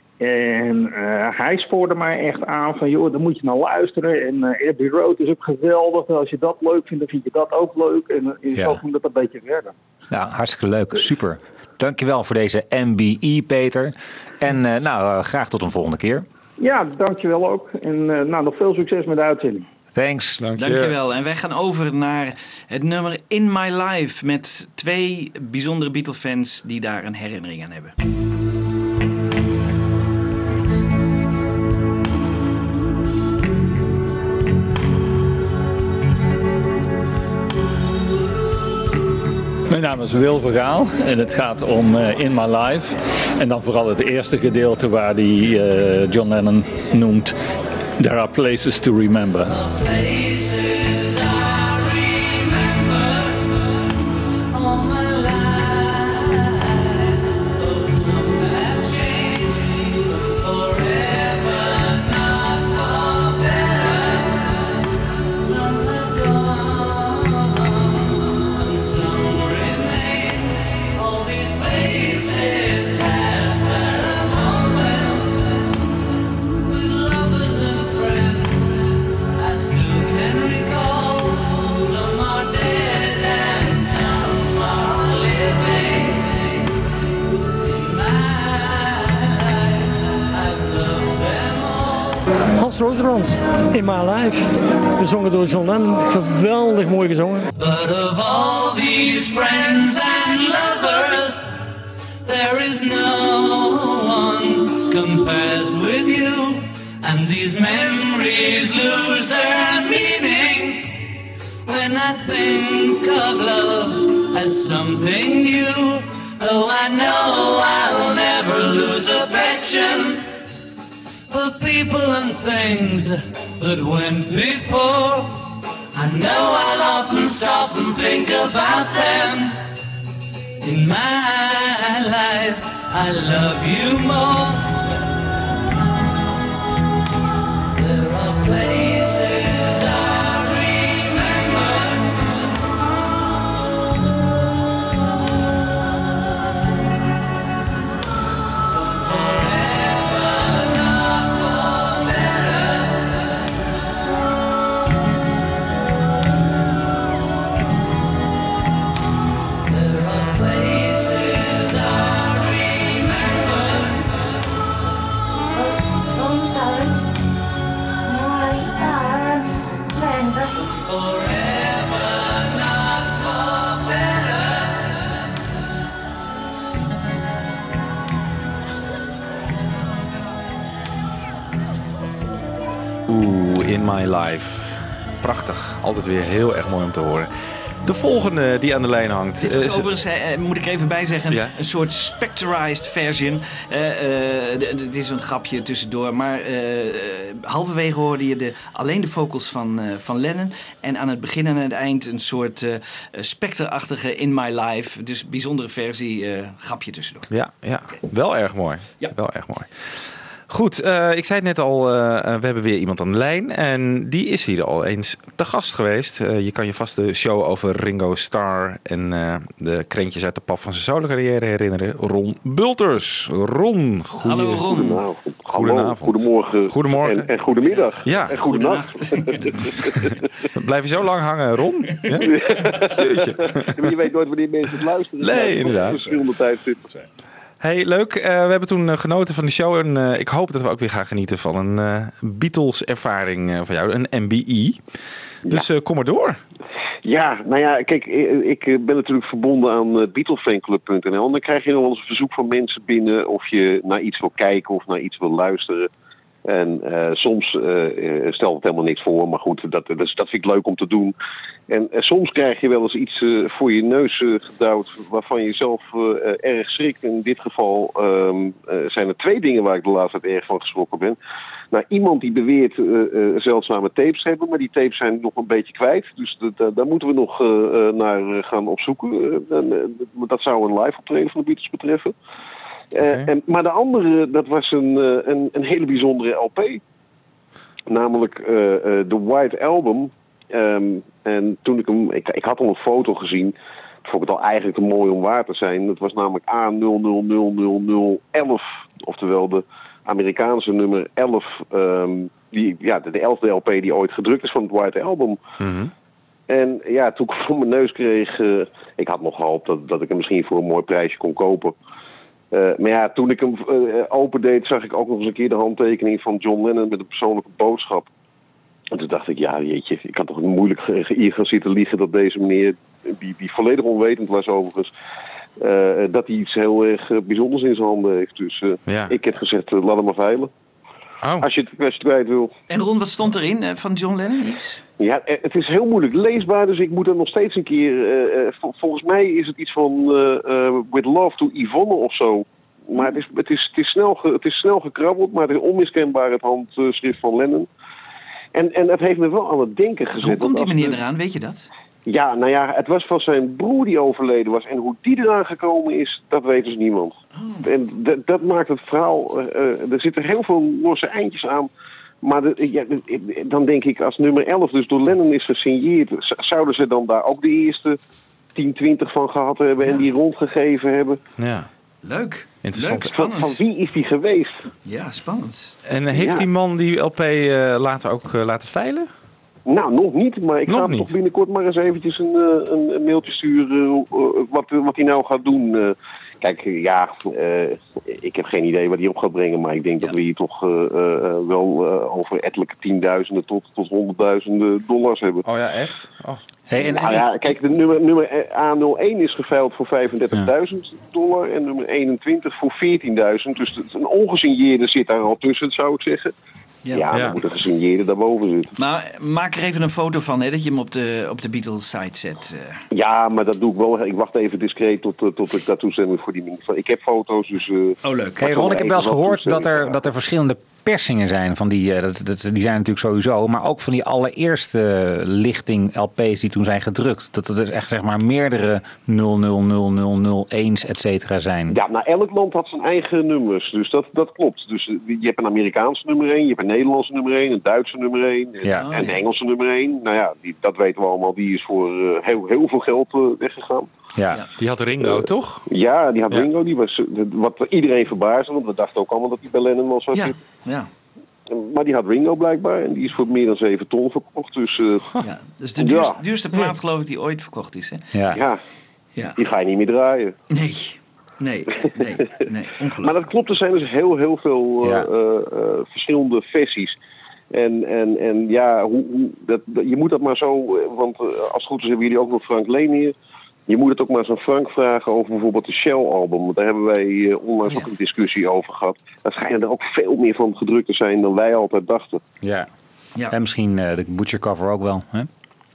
En uh, hij spoorde mij echt aan van, joh, daar moet je naar luisteren. En uh, Abbey Road is ook geweldig. Als je dat leuk vindt, dan vind je dat ook leuk. En uh, ja. zo ging dat een beetje verder. Nou, hartstikke leuk. Super. Dankjewel voor deze M B E, Peter. En uh, nou, uh, graag tot een volgende keer. Ja, dankjewel ook. En uh, nou, nog veel succes met de uitzending. Thanks. Dank je. Dankjewel. En wij gaan over naar het nummer In My Life met twee bijzondere Beatle-fans die daar een herinnering aan hebben. Mijn naam is Wil Vergaal en het gaat om uh, In My Life. En dan vooral het eerste gedeelte waar die uh, John Lennon noemt There are places to remember. Places Hans Rosenbrand, In My Life. Gezongen door John Lennon. Geweldig mooi gezongen. But of all these friends and lovers, there is no one compares with you. And these memories lose their meaning when I think of love as something new. Though I know I'll never lose affection for people and things that went before. I know I'll often stop and think about them. In my life, I love you more. There are places I remember. Forever, not for better. There are places I remember. Sometimes my arms bend. Forever, not for better. Oeh, In My Life. Prachtig. Altijd weer heel erg mooi om te horen. De volgende die aan de lijn hangt. Dit was eh, overigens, eh, moet ik er even bij zeggen, Ja? een soort specterized version. Eh, eh, d- d- Het is een grapje tussendoor, maar eh, eh, halverwege hoorde je de, alleen de vocals van, eh, van Lennon. En aan het begin en aan het eind een soort eh specterachtige In My Life. Dus bijzondere versie, eh, grapje tussendoor. Ja, ja. Wel erg mooi. Ja. Wel erg mooi. Goed, eh, ik zei het net al, eh, eh, we hebben weer iemand aan de lijn. En die is hier al eens te gast geweest. Eh, je kan je vast de show over Ringo Starr en eh, de krentjes uit de pap van zijn solo-carrière herinneren. Ron Bulters. Ron, goeie... Hallo Ron. Goedenavond. Goedenavond. Hallo, goedemorgen. Goedemorgen. En, en goedemiddag. Ja. En goedenacht. Blijf je zo lang hangen, Ron? Ja? Jeetje. Je weet nooit wanneer mensen het luisteren. Nee, inderdaad. Verschillende tijdstippen. Hey, leuk. Uh, we hebben toen uh, genoten van de show. En uh, ik hoop dat we ook weer gaan genieten van een uh, Beatles-ervaring uh, van jou. Een M B I. Dus uh, kom maar door. Ja, nou ja, kijk, ik ben natuurlijk verbonden aan beatlefanclub punt n l. En dan krijg je nog wel eens een verzoek van mensen binnen of je naar iets wil kijken of naar iets wil luisteren. En uh, soms uh, stelt het helemaal niks voor, maar goed, dat, dat, dat vind ik leuk om te doen. En uh, soms krijg je wel eens iets uh, voor je neus uh, gedouwd waarvan je zelf uh, erg schrikt. In dit geval um, uh, zijn er twee dingen waar ik de laatste tijd erg van geschrokken ben. Nou, iemand die beweert uh, uh, zeldzame tapes te hebben, maar die tapes zijn nog een beetje kwijt. Dus d- d- daar moeten we nog uh, uh, naar gaan opzoeken. Uh, uh, dat zou een live optreden van de Beatles betreffen. Uh, okay. en, maar de andere, dat was een, uh, een, een hele bijzondere L P. Namelijk uh, uh, The White Album. Um, en toen ik hem... Ik, ik had al een foto gezien. Dat vond ik het al eigenlijk te mooi om waar te zijn. Dat was namelijk A nul nul nul nul nul elf. Oftewel de Amerikaanse nummer elf. Um, die, ja, de, de elfde L P die ooit gedrukt is van het White Album. Mm-hmm. En ja, toen ik voor mijn neus kreeg... Uh, ik had nog gehoopt dat, dat ik hem misschien voor een mooi prijsje kon kopen. Uh, maar ja, toen ik hem uh, opendeed, zag ik ook nog eens een keer de handtekening van John Lennon met een persoonlijke boodschap. En toen dacht ik, ja jeetje, ik kan toch moeilijk hier gaan zitten liegen dat deze meneer, die, die volledig onwetend was overigens, uh, dat hij iets heel erg uh, bijzonders in zijn handen heeft. Dus uh, ja. Ik heb gezegd, uh, laat hem maar veilen. Oh. Als je het, als je het kwijt wil. En Ron, wat stond erin uh, van John Lennon? Iets? Ja, het is heel moeilijk leesbaar, dus ik moet er nog steeds een keer... Uh, vol, volgens mij is het iets van uh, uh, With Love to Yvonne of zo. Maar het is, het is, het is, snel, ge, het is snel gekrabbeld, maar het is onmiskenbaar het handschrift van Lennon. En, en het heeft me wel aan het denken gezet. Hoe komt die meneer de, eraan, weet je dat? Ja, nou ja, het was van zijn broer die overleden was. En hoe die eraan gekomen is, dat weet dus niemand. Oh. En d- dat maakt het verhaal... Uh, uh, er zitten heel veel losse eindjes aan. Maar de, ja, de, dan denk ik, als nummer elf dus door Lennon is gesigneerd... zouden ze dan daar ook de eerste tien, twintig van gehad hebben... Ja. En die rondgegeven hebben? Ja. Leuk. Interessant. Leuk, spannend. Van, van wie is die geweest? Ja, spannend. En heeft ja. die man die L P uh, later ook uh, laten veilen? Nou, nog niet. Maar ik nog ga hem niet. toch binnenkort maar eens eventjes een, een, een mailtje sturen... Uh, wat, wat hij nou gaat doen... Uh, kijk, ja, uh, ik heb geen idee wat die op gaat brengen. Maar ik denk ja. dat we hier toch uh, uh, wel uh, over ettelijke tienduizenden tot, tot honderdduizenden dollars hebben. Oh ja, echt? Oh. Hey, en, nou ja, kijk, de nummer, nummer A nul één is geveild voor vijfendertigduizend ja. dollar en nummer eenentwintig voor veertienduizend. Dus een ongesigneerde zit daar al tussen, zou ik zeggen. Ja, ja, dan ja. moet een gesigneerde daarboven zitten. Maar maak er even een foto van, hè, dat je hem op de, op de Beatles-site zet. Uh. Ja, maar dat doe ik wel. Ik wacht even discreet tot, tot ik dat toestemming voor die... Ik heb foto's, dus... Uh, oh, leuk. Hey Ron, ik heb wel eens gehoord dat er, dat er verschillende persingen zijn van die... Uh, dat, dat, die zijn natuurlijk sowieso, maar ook van die allereerste lichting L P's die toen zijn gedrukt. Dat er echt zeg maar meerdere nul nul nul nul nul eens et cetera zijn. Ja, nou elk land had zijn eigen nummers, dus dat, dat klopt. Dus je hebt een Amerikaanse nummer één, je hebt een Nederlandse nummer één, een Duitse nummer één en, ja. en een Engelse nummer één. Nou ja, die, dat weten we allemaal, die is voor uh, heel, heel veel geld uh, weggegaan. Ja, die had Ringo, uh, toch? Ja, die had ja. Ringo. Die was, wat iedereen verbaasde, want we dachten ook allemaal dat die bij Lennon was. Ja, ja. Maar die had Ringo blijkbaar en die is voor meer dan zeven ton verkocht. Dus, uh, ja, dat is de duurste, ja. duurste plaat, geloof ik, die ooit verkocht is. Hè? Ja. Ja. ja, die ga je niet meer draaien. Nee, nee, nee, nee. Maar dat klopt, er zijn dus heel, heel veel uh, ja. uh, uh, verschillende versies. En, en, en ja, hoe, hoe, dat, je moet dat maar zo, want uh, als het goed is hebben jullie ook nog Frank Lenier. Je moet het ook maar eens aan Frank vragen over bijvoorbeeld de Shell-album. Want daar hebben wij uh, onlangs ja. ook een discussie over gehad. Daar schijnen er ook veel meer van gedrukt te zijn dan wij altijd dachten. Ja, ja. En misschien uh, de Butcher cover ook wel. Hè?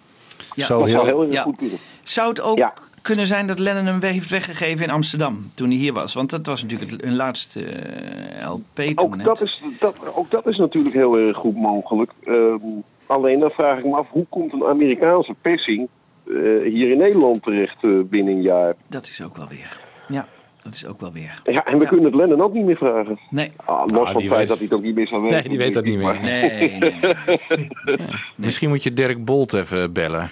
Ja. Zo heel, heel ja. goed kunnen. Zou het ook ja. kunnen zijn dat Lennon hem heeft weggegeven in Amsterdam toen hij hier was? Want dat was natuurlijk een laatste uh, L P toen. Ook dat, is, dat, ook dat is natuurlijk heel erg goed mogelijk. Um, alleen dan vraag ik me af, hoe komt een Amerikaanse persing Uh, hier in Nederland terecht uh, binnen een jaar? Dat is ook wel weer. Ja, dat is ook wel weer. Ja, en we ja. kunnen het Lennon ook niet meer vragen. Nee. Ah, los ah, van het feit dat hij het ook niet meer zou weten. Nee, die weet dat niet meer. Nee, nee, nee. nee. Misschien moet je Dirk Bolt even bellen.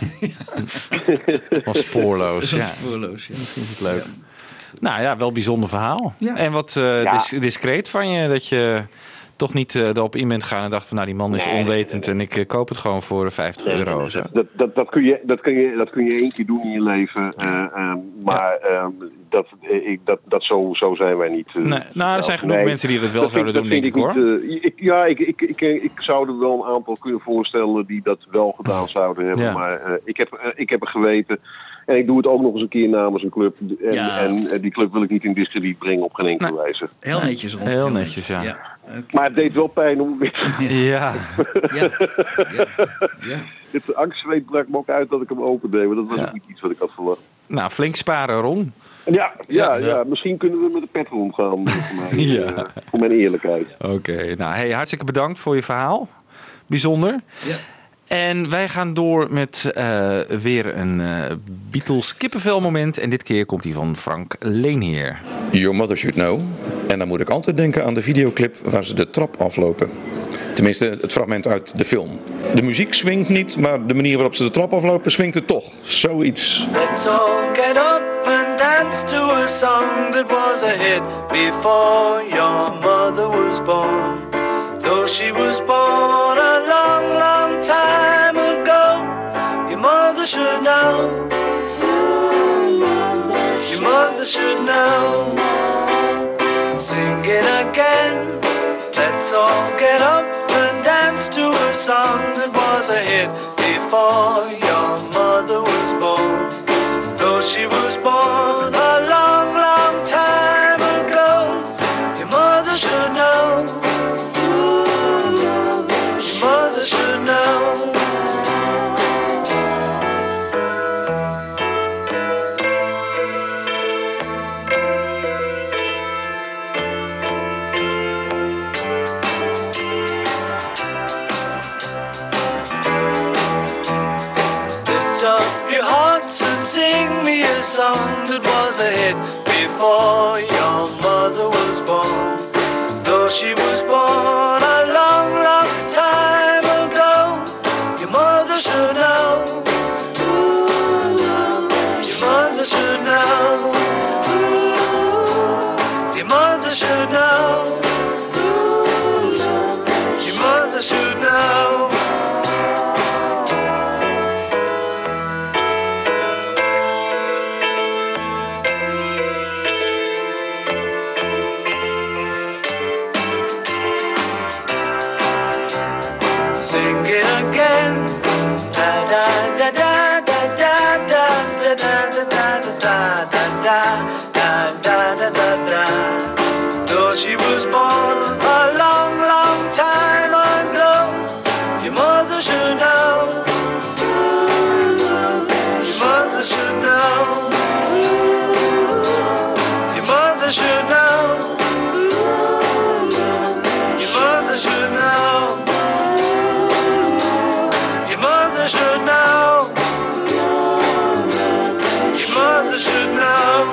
Van Spoorloos. Van ja. Spoorloos, ja. Misschien is het leuk. Ja. Nou ja, wel een bijzonder verhaal. Ja. En wat uh, ja. dis- discreet van je dat je toch niet uh, erop in bent gegaan en dacht van nou die man is nee, onwetend en ik uh, koop het gewoon voor vijftig nee, euro. Nee, zo. Dat, dat, dat, kun je, dat, kun je, dat kun je één keer doen in je leven. Uh, um, maar ja. um, dat, ik, dat, dat zo, zo zijn wij niet. Uh, nee, nou, er zijn genoeg nee, mensen die dat wel dat zouden vind, doen, denk ik, ik hoor. Niet, uh, ik, ja, ik, ik, ik, ik, ik zou er wel een aantal kunnen voorstellen die dat wel gedaan zouden hebben. Ja. Maar uh, ik, heb, uh, ik heb er geweten. En ik doe het ook nog eens een keer namens een club. En, ja. en, en die club wil ik niet in diskrediet brengen op geen enkele nee. wijze. Heel netjes, Ron. Heel netjes, ja. ja. Okay. Maar het deed wel pijn om weer te... Ja. ja. ja. ja. Het angstzweet brak me ook uit dat ik hem opende. Maar dat was ja. ook niet iets wat ik had verwacht. Nou, flink sparen, Ron. Ja, ja, ja, ja. Misschien kunnen we met de pet rondgaan. Voor, mij, ja. uh, voor mijn eerlijkheid. Oké, okay. nou hey, hartstikke bedankt voor je verhaal. Bijzonder. Ja. En wij gaan door met uh, weer een uh, Beatles kippenvel moment. En dit keer komt die van Frank Lenier. Your Mother Should Know. En dan moet ik altijd denken aan de videoclip waar ze de trap aflopen. Tenminste, het fragment uit de film. De muziek swingt niet, maar de manier waarop ze de trap aflopen swingt het toch. Zoiets. Let's all get up and dance to a song that was a hit before your mother was born. Though she was born a long, long time ago, your mother should know. Your mother should know. Sing it again. Let's all get up and dance to a song that was a hit before your mother was born. Though she was born a long, long time ago, your mother should know. Mother should know. Lift up your hearts and sing me a song that was a hit before your mother was born. Though she was born a long, long time ago, your mother should know. Ooh, your mother should know. Ooh, your mother should know. Ooh, your mother should know. singing again. Da da da da da da da da da da da da da da da da da da. Though she was born a long, long time ago, your mother should know. Your mother should know. Your mother should know. Your mother should know. Your mother should know. Your mother should know.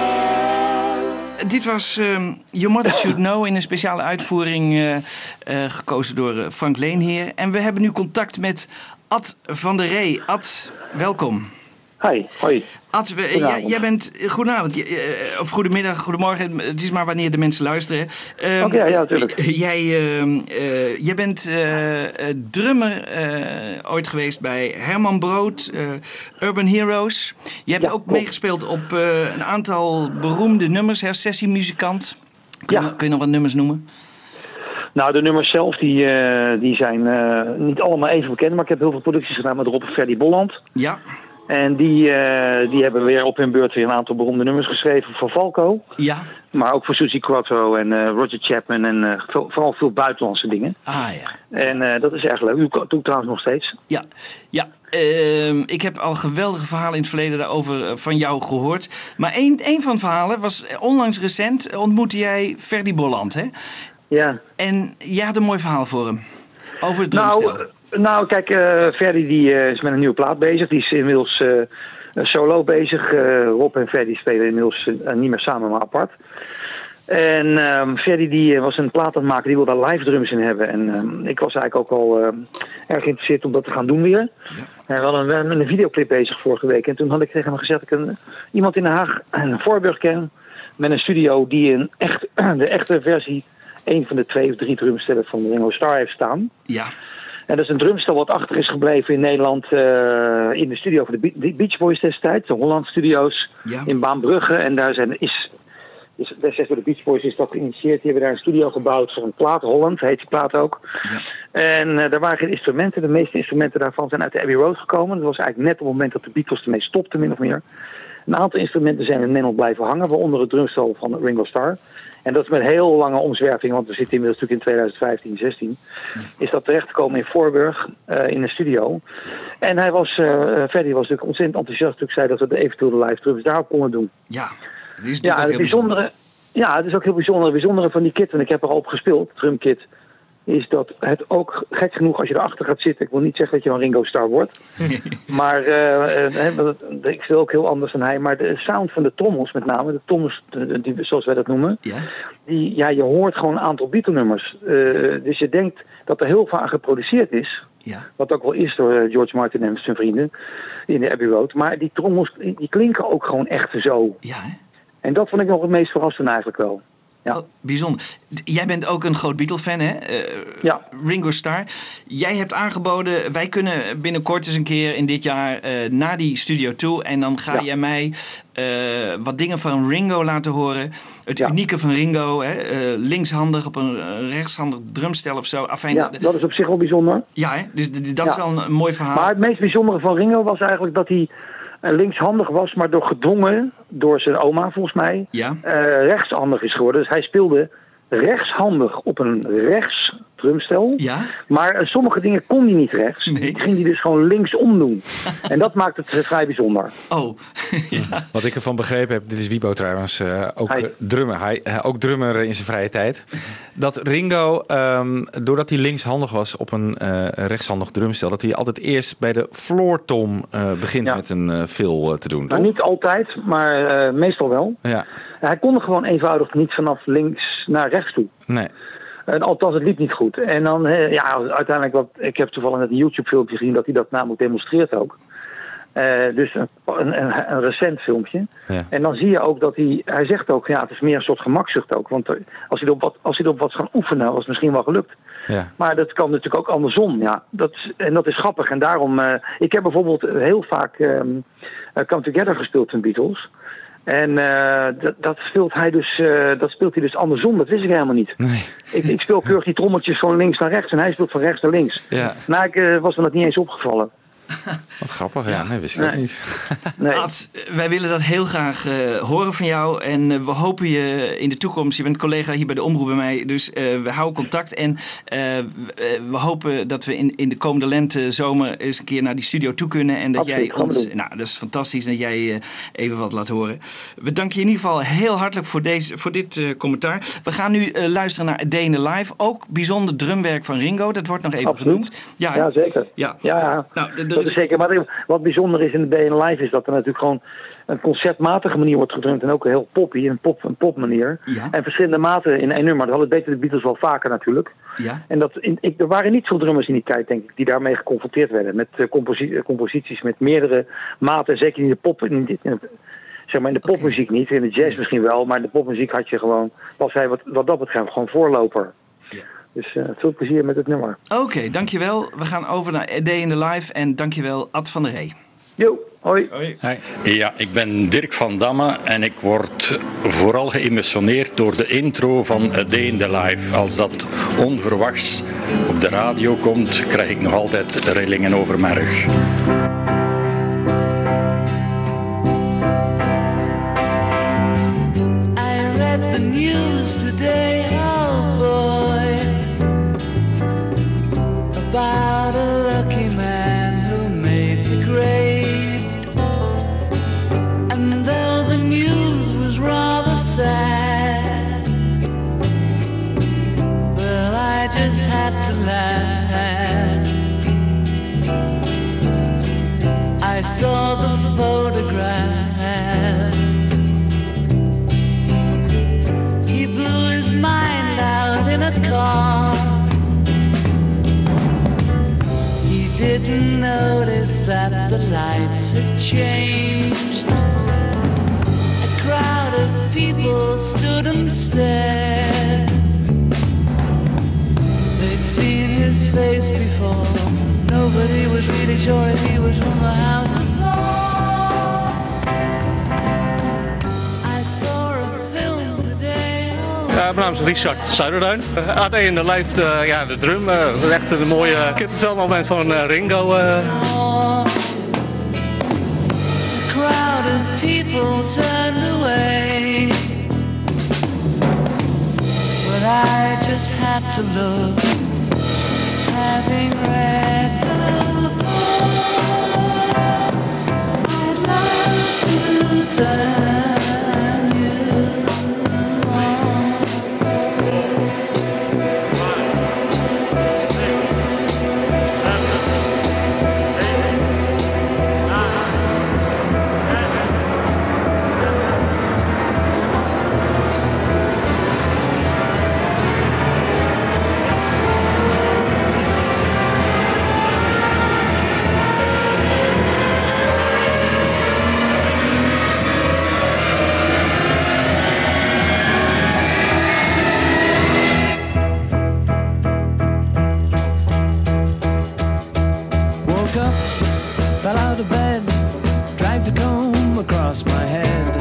Dit was um, Your Mother Should Know in een speciale uitvoering uh, uh, gekozen door uh, Frank Leenheer. En we hebben nu contact met Ad van der Ree. Ad, welkom. Hi, hoi. Ad, we, jij, jij bent... Goedenavond, uh, of goedemiddag, goedemorgen. Het is maar wanneer de mensen luisteren. Um, Oké, okay, ja, natuurlijk. Jij, uh, uh, jij bent uh, uh, drummer uh, ooit geweest bij Herman Brood, uh, Urban Heroes. Je hebt ja, ook klopt. meegespeeld op uh, een aantal beroemde nummers, hè, sessiemuzikant. Kun, ja. kun je nog wat nummers noemen? Nou, de nummers zelf die, uh, die zijn uh, niet allemaal even bekend, maar ik heb heel veel producties gedaan met Rob en Freddy Bolland. Ja. En die, uh, die hebben weer op hun beurt weer een aantal beroemde nummers geschreven voor Falco. Ja. Maar ook voor Suzy Quatro en uh, Roger Chapman en uh, veel, vooral veel buitenlandse dingen. Ah ja. En uh, dat is erg leuk. Dat doe ik trouwens nog steeds. Ja, ja. Uh, ik heb al geweldige verhalen in het verleden daarover uh, van jou gehoord. Maar één, één van de verhalen was onlangs recent ontmoette jij Ferdy Bolland, hè? Ja. En jij had een mooi verhaal voor hem. Over het drumstel. Nou, nou kijk, uh, Ferdy die, uh, is met een nieuwe plaat bezig. Die is inmiddels uh, solo bezig. Uh, Rob en Ferdy spelen inmiddels uh, niet meer samen, maar apart. En um, Ferdy die was een plaat aan het maken, die wilde daar live drums in hebben. En um, ik was eigenlijk ook al uh, erg geïnteresseerd om dat te gaan doen weer. Ja. En we hadden een, een videoclip bezig vorige week. En toen had ik tegen hem gezegd dat ik een, iemand in Den Haag, een Voorburg ken, met een studio die een echt, de echte versie, een van de twee of drie drumstellen van Ringo Starr heeft staan. Ja. En dat is een drumstel wat achter is gebleven in Nederland uh, in de studio van de Beach Boys destijds. De Holland Studios ja. in Baanbrugge. En daar zijn, is, is destijds door de Beach Boys is dat geïnitieerd. Die hebben daar een studio gebouwd voor een plaat. Holland heet die plaat ook. Ja. En uh, daar waren geen instrumenten. De meeste instrumenten daarvan zijn uit de Abbey Road gekomen. Dat was eigenlijk net op het moment dat de Beatles ermee stopten, min of meer. Een aantal instrumenten zijn in Nederland blijven hangen. Waaronder het drumstel van Ringo Starr. En dat is met heel lange omzwerving, want we zitten inmiddels natuurlijk in twintig vijftien, zestien. Is dat terechtgekomen in Voorburg, uh, in een studio. En hij was, uh, Ferdy was natuurlijk ontzettend enthousiast toen ik zei dat we de eventuele live drums daarop konden doen. Ja, dat is ja, ook het heel bijzondere, bijzonder. Ja, het is ook heel bijzonder. Het bijzondere van die kit, want ik heb er al op gespeeld, drumkit, is dat het ook, gek genoeg, als je erachter gaat zitten, ik wil niet zeggen dat je een Ringo Starr wordt, maar uh, uh, ik speel ook heel anders dan hij, maar de sound van de trommels met name, de trommels, die, zoals wij dat noemen, ja. Die, ja, je hoort gewoon een aantal Beatle-nummers. Uh, dus je denkt dat er heel veel aan geproduceerd is, ja. Wat ook wel is door George Martin en zijn vrienden in de Abbey Road, maar die trommels, die klinken ook gewoon echt zo. Ja, hè? En dat vond ik nog het meest verrassend eigenlijk wel. Ja. Oh, bijzonder. Jij bent ook een groot Beatle-fan, hè? Uh, ja. Ringo Starr. Jij hebt aangeboden, wij kunnen binnenkort eens een keer in dit jaar uh, naar die studio toe. En dan ga ja. jij mij uh, wat dingen van Ringo laten horen. Het ja. unieke van Ringo, hè? Uh, linkshandig op een uh, rechtshandig drumstel of zo. Afijn, ja, dat is op zich wel bijzonder. Ja, hè? Dus dat ja. is al een, een mooi verhaal. Maar het meest bijzondere van Ringo was eigenlijk dat hij linkshandig was, maar door gedwongen, door zijn oma volgens mij, ja. uh, rechtshandig is geworden. Dus hij speelde rechtshandig op een rechts drumstel. Ja? Maar uh, sommige dingen kon hij niet rechts. Nee. Die ging hij dus gewoon linksom doen. En dat maakt het uh, vrij bijzonder. Oh. Ja. Wat ik ervan begrepen heb, dit is Wiebo trouwens, uh, ook uh, drummer. Hij, uh, ook drummer in zijn vrije tijd. Dat Ringo, um, doordat hij linkshandig was op een uh, rechtshandig drumstel, dat hij altijd eerst bij de floor tom uh, begint ja. met een uh, fill uh, te doen. Nou, niet altijd, maar uh, meestal wel. Ja. Hij kon er gewoon eenvoudig niet vanaf links naar rechts toe. Nee. En althans, het liep niet goed. En dan, ja, uiteindelijk, wat, ik heb toevallig net een YouTube-filmpje gezien dat hij dat namelijk demonstreert ook. Uh, dus een, een, een recent filmpje. Ja. En dan zie je ook dat hij, hij zegt ook, ja, het is meer een soort gemakzucht ook. Want als hij erop wat, als hij erop wat gaan oefenen, was het misschien wel gelukt. Ja. Maar dat kan natuurlijk ook andersom, ja. Dat, en dat is grappig. En daarom, uh, ik heb bijvoorbeeld heel vaak um, uh, Come Together gespeeld van Beatles. En uh, dat, dat, speelt hij dus, uh, dat speelt hij dus andersom, dat wist ik helemaal niet. Nee. Ik, ik speel keurig die trommeltjes van links naar rechts en hij speelt van rechts naar links. Ja. Nou, ik uh, was me dat niet eens opgevallen. Wat grappig, ja. Nee, wist ik nee. ook niet. Nee. Ad, wij willen dat heel graag uh, horen van jou. En uh, we hopen je in de toekomst. Je bent collega hier bij de Omroep bij mij. Dus uh, we houden contact. En uh, we hopen dat we in, in de komende lente, zomer eens een keer naar die studio toe kunnen. En dat Absoluut, jij ons... Nou, dat is fantastisch. En dat jij uh, even wat laat horen. We danken je in ieder geval heel hartelijk voor, deze, voor dit uh, commentaar. We gaan nu uh, luisteren naar A Day in the Life. Ook bijzonder drumwerk van Ringo. Dat wordt nog even Absoluut. genoemd. Ja, ja zeker. Ja. Ja. Nou, d- d- dat is zeker. Maar wat bijzonder is in de Day in the Life is dat er natuurlijk gewoon een concertmatige manier wordt gedrumd en ook een heel poppy, een pop, een popmanier. Ja. En verschillende maten in één nummer. Dat hadden beter de Beatles wel vaker natuurlijk. Ja. En dat in, ik, er waren niet veel drummers in die tijd, denk ik, die daarmee geconfronteerd werden. Met uh, composi- composities met meerdere maten. Zeker in de pop, in, de, in, de, zeg maar in de popmuziek okay. niet. In de jazz misschien wel, maar in de popmuziek had je gewoon, was hij wat, wat dat betreft gewoon voorloper. Dus uh, veel plezier met het nummer. Oké, okay, dankjewel. We gaan over naar A Day in the Life. En dankjewel Ad van der Rey. Jo, hoi. Hoi. Ja, ik ben Dirk van Damme en ik word vooral geëmotioneerd door de intro van A Day in the Life. Als dat onverwachts op de radio komt, krijg ik nog altijd rillingen over mijn rug. I read the news today, oh boy, about a lucky man who made the grade. And though the news was rather sad, well, I just had to laugh. I saw the photograph. He blew his mind out in a car. Didn't notice that the lights had changed. A crowd of people stood and stared. They'd seen his face before. Nobody was really sure if he was from the house of law. I saw a film today. Ja, mijn naam is Richard Zuiderduin. Uh, A Day in the Life, de, ja, de drum. Uh, dat is echt een mooie kippenvelmoment van uh, Ringo. Uh. A crowd of people turned away, but I just had to look, having read the book. I'd love to turn you on. Fell out of bed, dragged a comb across my head.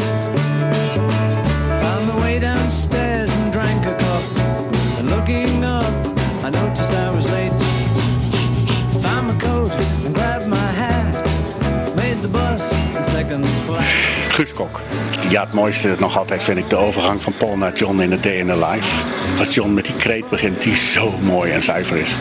Found my way downstairs and drank a cup. And looking up, I noticed I was late. Found my coat and grabbed my hat. Made the bus in seconds flat. Guus Kok. Ja, het mooiste is nog altijd, vind ik, de overgang van Paul naar John in A Day in the Life. Als John met die kreet begint, die zo mooi en zuiver is.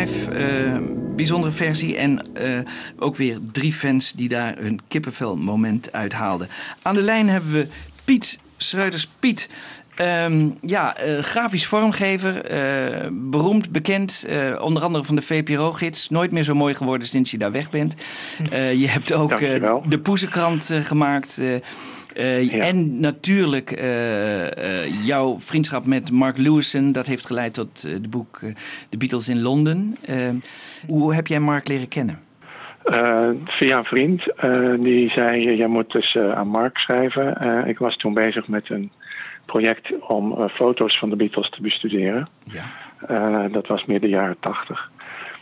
Live, uh, bijzondere versie. En uh, ook weer drie fans die daar hun kippenvel moment uithaalden. Aan de lijn hebben we Piet Schreuders. Piet, um, ja, uh, grafisch vormgever, uh, beroemd, bekend. Uh, onder andere van de V P R O-gids. Nooit meer zo mooi geworden sinds je daar weg bent. Uh, je hebt ook uh, de Poezenkrant uh, gemaakt. Uh, Uh, ja. En natuurlijk uh, uh, jouw vriendschap met Mark Lewison. Dat heeft geleid tot uh, het boek uh, The Beatles in Londen. Uh, hoe heb jij Mark leren kennen? Uh, via een vriend. Uh, die zei, jij moet dus uh, aan Mark schrijven. Uh, ik was toen bezig met een project om uh, foto's van de Beatles te bestuderen. Ja. Uh, dat was midden jaren tachtig.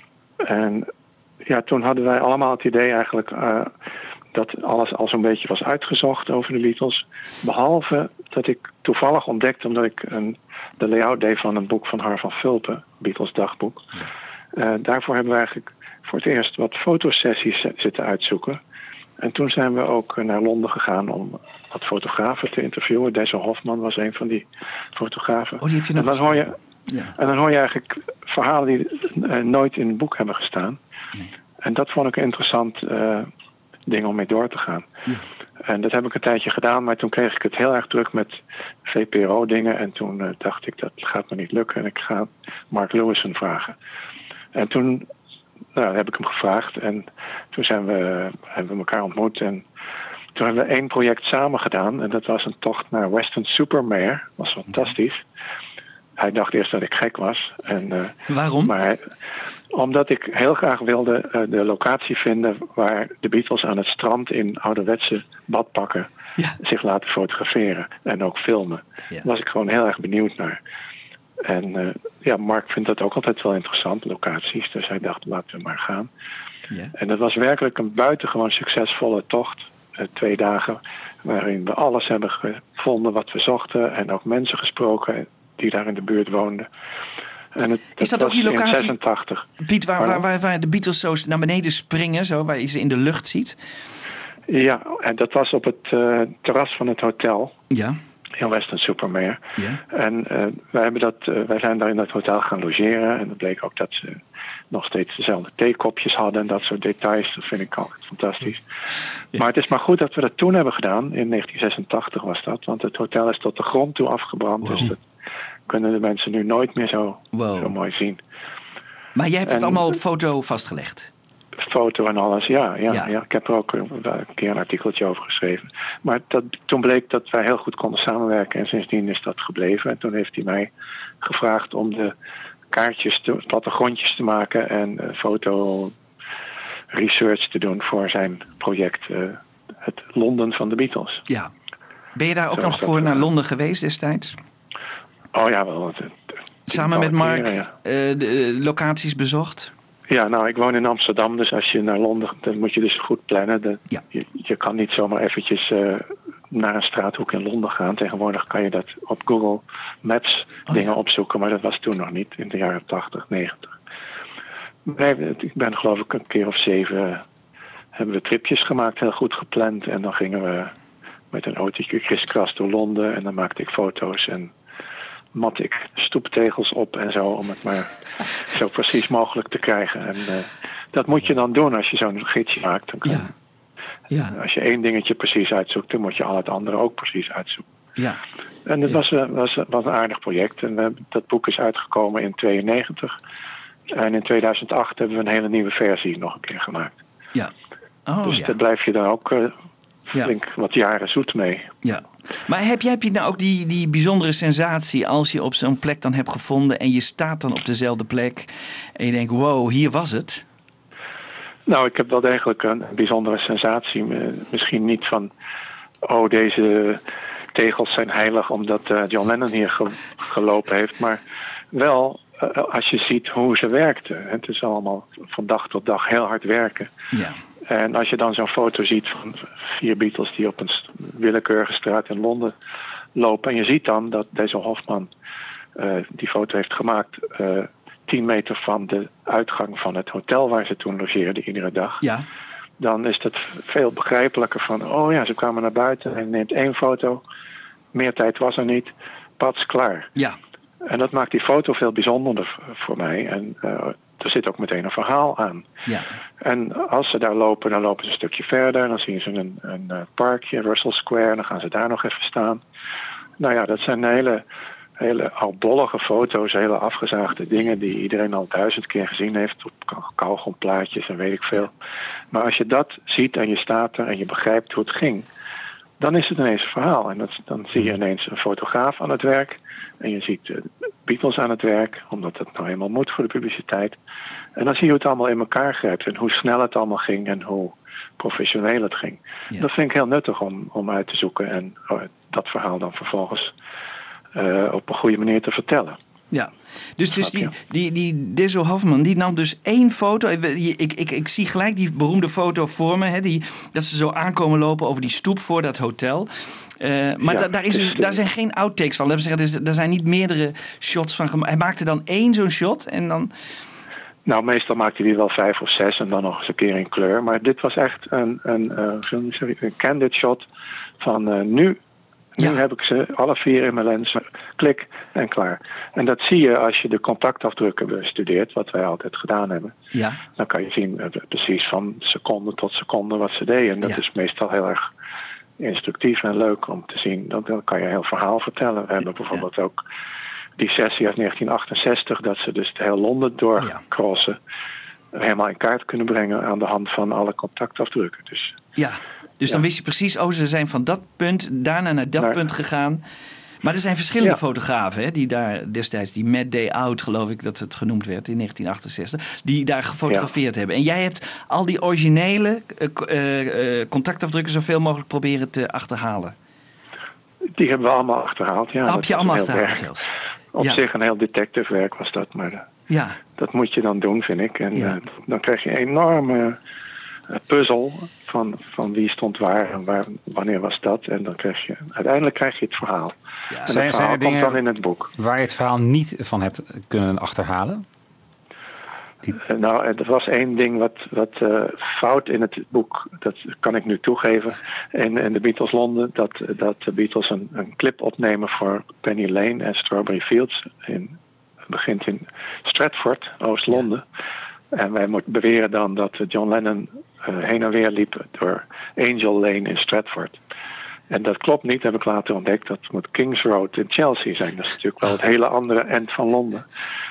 En ja, toen hadden wij allemaal het idee eigenlijk... Uh, dat alles al zo'n beetje was uitgezocht over de Beatles. Behalve dat ik toevallig ontdekte, omdat ik een, de layout deed van een boek van Har van Vulpen, Beatles dagboek. Uh, daarvoor hebben we eigenlijk voor het eerst wat fotosessies zitten uitzoeken. En toen zijn we ook naar Londen gegaan om wat fotografen te interviewen. Deze Hofman was een van die fotografen. Oh, die heb je nog en dan hoor je, ja. En dan hoor je eigenlijk verhalen die uh, nooit in het boek hebben gestaan. Nee. En dat vond ik een interessant... Uh, ding om mee door te gaan. Ja. En dat heb ik een tijdje gedaan, maar toen kreeg ik het heel erg druk met V P R O-dingen. En toen uh, dacht ik, dat gaat me niet lukken. En ik ga Mark Lewison vragen. En toen nou, heb ik hem gevraagd. En toen zijn we, hebben we elkaar ontmoet. En toen hebben we één project samen gedaan. En dat was een tocht naar Weston-super-Mare. Dat was fantastisch. Hij dacht eerst dat ik gek was. En, uh, Waarom? Maar hij, omdat ik heel graag wilde uh, de locatie vinden waar de Beatles aan het strand in ouderwetse badpakken ja. zich laten fotograferen en ook filmen. Ja. Daar was ik gewoon heel erg benieuwd naar. En uh, ja, Mark vindt dat ook altijd wel interessant, locaties. Dus hij dacht, laten we maar gaan. Ja. En dat was werkelijk een buitengewoon succesvolle tocht. Uh, twee dagen waarin we alles hebben gevonden wat we zochten en ook mensen gesproken die daar in de buurt woonden. En het, is dat ook die locatie, zesentachtig. Piet, waar, waar, waar, waar de Beatles zo naar beneden springen, zo, waar je ze in de lucht ziet? Ja, en dat was op het uh, terras van het hotel. Ja. In Weston-super-Mare. Ja. En uh, wij, hebben dat, uh, wij zijn daar in dat hotel gaan logeren. En dat bleek ook dat ze nog steeds dezelfde theekopjes hadden en dat soort details. Dat vind ik altijd fantastisch. Ja. Maar het is maar goed dat we dat toen hebben gedaan. In negentien zesentachtig was dat. Want het hotel is tot de grond toe afgebrand. Wow. Dus dat kunnen de mensen nu nooit meer zo, wow. zo mooi zien. Maar jij hebt en, het allemaal op foto vastgelegd? Foto en alles, ja, ja, ja. ja. Ik heb er ook een, een keer een artikeltje over geschreven. Maar dat, toen bleek dat wij heel goed konden samenwerken. En sindsdien is dat gebleven. En toen heeft hij mij gevraagd om de kaartjes, te, plattegrondjes te maken en uh, foto research te doen voor zijn project uh, het Londen van de Beatles. Ja. Ben je daar ook Zo nog voor naar Londen geweest destijds? Oh ja, wel. Het, het, Samen met Mark keren, ja. uh, de uh, locaties bezocht? Ja, nou, ik woon in Amsterdam, dus als je naar Londen, dan moet je dus goed plannen. De, ja. je, je kan niet zomaar eventjes uh, naar een straathoek in Londen gaan. Tegenwoordig kan je dat op Google Maps oh, dingen ja. opzoeken, maar dat was toen nog niet, in de jaren tachtig, negentig. Nee, ik ben geloof ik een keer of zeven, uh, hebben we tripjes gemaakt, heel goed gepland. En dan gingen we met een autootje kriskras door Londen en dan maakte ik foto's en mat ik stoeptegels op en zo, om het maar zo precies mogelijk te krijgen. En uh, dat moet je dan doen als je zo'n gidsje maakt. Dan kan, ja. Ja. Als je één dingetje precies uitzoekt, dan moet je al het andere ook precies uitzoeken. Ja. En het ja. was, was, was een aardig project. En uh, dat boek is uitgekomen in tweeënnegentig. En in tweeduizend acht hebben we een hele nieuwe versie nog een keer gemaakt. Ja. Oh, dus ja. daar blijf je dan ook uh, flink ja. wat jaren zoet mee. Ja. Maar heb je, heb je nou ook die, die bijzondere sensatie als je op zo'n plek dan hebt gevonden en je staat dan op dezelfde plek en je denkt, wow, hier was het? Nou, ik heb wel degelijk een bijzondere sensatie. Misschien niet van, oh, deze tegels zijn heilig omdat uh, John Lennon hier ge- gelopen heeft, maar wel uh, als je ziet hoe ze werkten. Het is allemaal van dag tot dag heel hard werken. Ja. En als je dan zo'n foto ziet van vier Beatles die op een willekeurige straat in Londen lopen. En je ziet dan dat deze Hofman uh, die foto heeft gemaakt uh, tien meter van de uitgang van het hotel waar ze toen logeerden iedere dag. Ja. Dan is het veel begrijpelijker van, oh ja, ze kwamen naar buiten en neemt één foto. Meer tijd was er niet. Pats, klaar. Ja. En dat maakt die foto veel bijzonderder voor mij. En uh, er zit ook meteen een verhaal aan. Ja. En als ze daar lopen, dan lopen ze een stukje verder. Dan zien ze een, een uh, parkje, Russell Square. Dan gaan ze daar nog even staan. Nou ja, dat zijn hele, hele albollige foto's. Hele afgezaagde dingen die iedereen al duizend keer gezien heeft. Op kauwgomplaatjes en weet ik veel. Maar als je dat ziet en je staat er en je begrijpt hoe het ging, dan is het ineens een verhaal. En dat, dan zie je ineens een fotograaf aan het werk. En je ziet de Beatles aan het werk, omdat dat nou eenmaal moet voor de publiciteit. En dan zie je hoe het allemaal in elkaar grijpt. En hoe snel het allemaal ging en hoe professioneel het ging. Ja. Dat vind ik heel nuttig om, om uit te zoeken. En oh, dat verhaal dan vervolgens uh, op een goede manier te vertellen. Ja, dus, dus die, die, die Deso Hoffman, die nam dus één foto. Ik, ik, ik, ik zie gelijk die beroemde foto voor me. Hè, die, dat ze zo aankomen lopen over die stoep voor dat hotel. Uh, maar ja, da, daar, is dus, daar zijn geen outtakes van. Dat zeggen, dus, daar zijn niet meerdere shots van gemaakt. Hij maakte dan één zo'n shot en dan... Nou, meestal maakte hij wel vijf of zes en dan nog eens een keer in kleur. Maar dit was echt een, een, een, een candid shot van uh, nu... Nu ja. heb ik ze alle vier in mijn lens, klik en klaar. En dat zie je als je de contactafdrukken bestudeert, wat wij altijd gedaan hebben. Ja. Dan kan je zien uh, precies van seconde tot seconde wat ze deden. En dat ja. is meestal heel erg instructief en leuk om te zien. Dan, dan kan je een heel verhaal vertellen. We hebben bijvoorbeeld ja. ook die sessie uit negentien achtenzestig, dat ze dus het heel Londen doorcrossen, ja. helemaal in kaart kunnen brengen aan de hand van alle contactafdrukken. Dus... Ja. Dus dan ja. wist je precies, oh, ze zijn van dat punt daarna naar dat nee. punt gegaan. Maar er zijn verschillende ja. fotografen, hè, die daar destijds, die Mad Day Out, geloof ik dat het genoemd werd in negentien achtenzestig, die daar gefotografeerd ja. hebben. En jij hebt al die originele uh, uh, contactafdrukken zoveel mogelijk proberen te achterhalen. Die hebben we allemaal achterhaald, ja. Dat heb je allemaal achterhaald werk. zelfs. Op ja. zich een heel detective werk was dat, maar uh, ja. dat moet je dan doen, vind ik. En ja. uh, dan krijg je een enorme uh, puzzel van, van wie stond waar en waar, wanneer was dat. En dan krijg je, uiteindelijk krijg je het verhaal. Ja. En Zijn, het verhaal zijn er dingen komt dan in het boek. Waar je het verhaal niet van hebt kunnen achterhalen? Die... Uh, nou, er was één ding wat, wat uh, fout in het boek, dat kan ik nu toegeven, in, in de Beatles Londen, dat, dat de Beatles een, een clip opnemen voor Penny Lane en Strawberry Fields. In, het begint in Stratford, Oost-Londen. Ja. En wij moeten beweren dan dat John Lennon uh, heen en weer liep door Angel Lane in Stratford. En dat klopt niet, heb ik later ontdekt. Dat moet Kings Road in Chelsea zijn. Dat is natuurlijk wel het hele andere eind van Londen.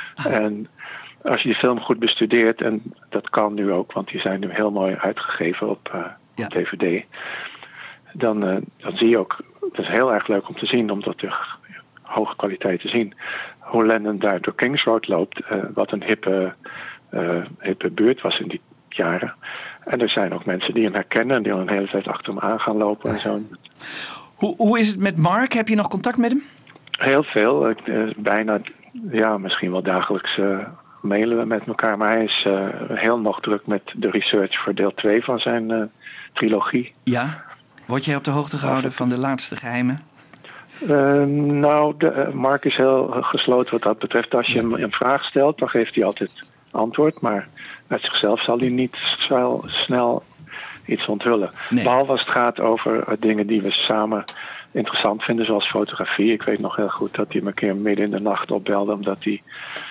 En als je die film goed bestudeert, en dat kan nu ook, want die zijn nu heel mooi uitgegeven op, uh, ja. op D V D. Dan, uh, dan zie je ook, dat is heel erg leuk om te zien, om dat ter hoge kwaliteit te zien, hoe Lennon daar door Kings Road loopt. Uh, wat een hippe, uh, hippe buurt was in die jaren. En er zijn ook mensen die hem herkennen en die al een hele tijd achter hem aan gaan lopen en zo. Hoe, hoe is het met Mark? Heb je nog contact met hem? Heel veel. Uh, bijna, ja, misschien wel dagelijks uh, mailen we met elkaar. Maar hij is uh, heel nog druk met de research voor deel twee van zijn uh, trilogie. Ja. Word jij op de hoogte gehouden van de laatste geheimen? Uh, nou, de, uh, Mark is heel uh, gesloten wat dat betreft. Als je hem een vraag stelt, dan geeft hij altijd antwoord. Maar uit zichzelf zal hij niet snel, snel iets onthullen. Nee. Behalve als het gaat over uh, dingen die we samen interessant vinden, zoals fotografie. Ik weet nog heel goed dat hij me een keer midden in de nacht opbelde, omdat hij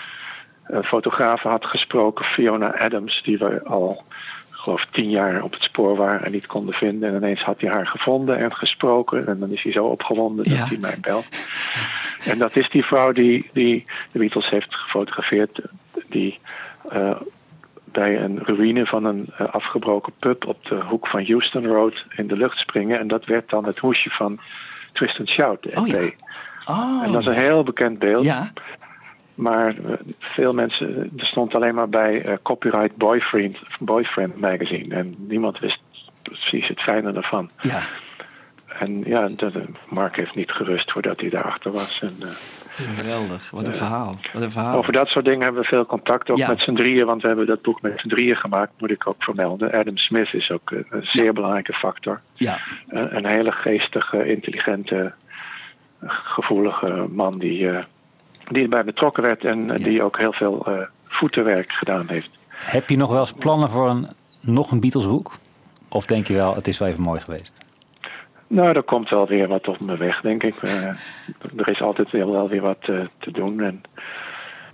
een fotograaf had gesproken, Fiona Adams, die we al, geloof tien jaar op het spoor waren en niet konden vinden. En ineens had hij haar gevonden en gesproken. En dan is hij zo opgewonden dat ja. hij mij belt. En dat is die vrouw die, die de Beatles heeft gefotografeerd, die uh, bij een ruïne van een uh, afgebroken pub op de hoek van Houston Road in de lucht springen. En dat werd dan het hoesje van Tristan Shout, de oh, ja. oh, En dat is een heel bekend beeld. Ja. Maar uh, veel mensen, er stond alleen maar bij uh, Copyright Boyfriend, Boyfriend magazine. En niemand wist precies het fijne daarvan. Ja. En ja, dat, uh, Mark heeft niet gerust voordat hij daarachter was. En, uh, Geweldig, wat een uh, verhaal. Wat een verhaal. Over dat soort dingen hebben we veel contact, ook ja. met z'n drieën. Want we hebben dat boek met z'n drieën gemaakt, moet ik ook vermelden. Adam Smith is ook uh, een zeer ja. belangrijke factor. Ja. Uh, een hele geestige, intelligente, gevoelige man die, uh, die erbij betrokken werd. En uh, ja. die ook heel veel uh, voetenwerk gedaan heeft. Heb je nog wel eens plannen voor een, nog een Beatles boek? Of denk je wel, het is wel even mooi geweest? Nou, er komt wel weer wat op me weg, denk ik. Uh, er is altijd wel weer wat uh, te doen. En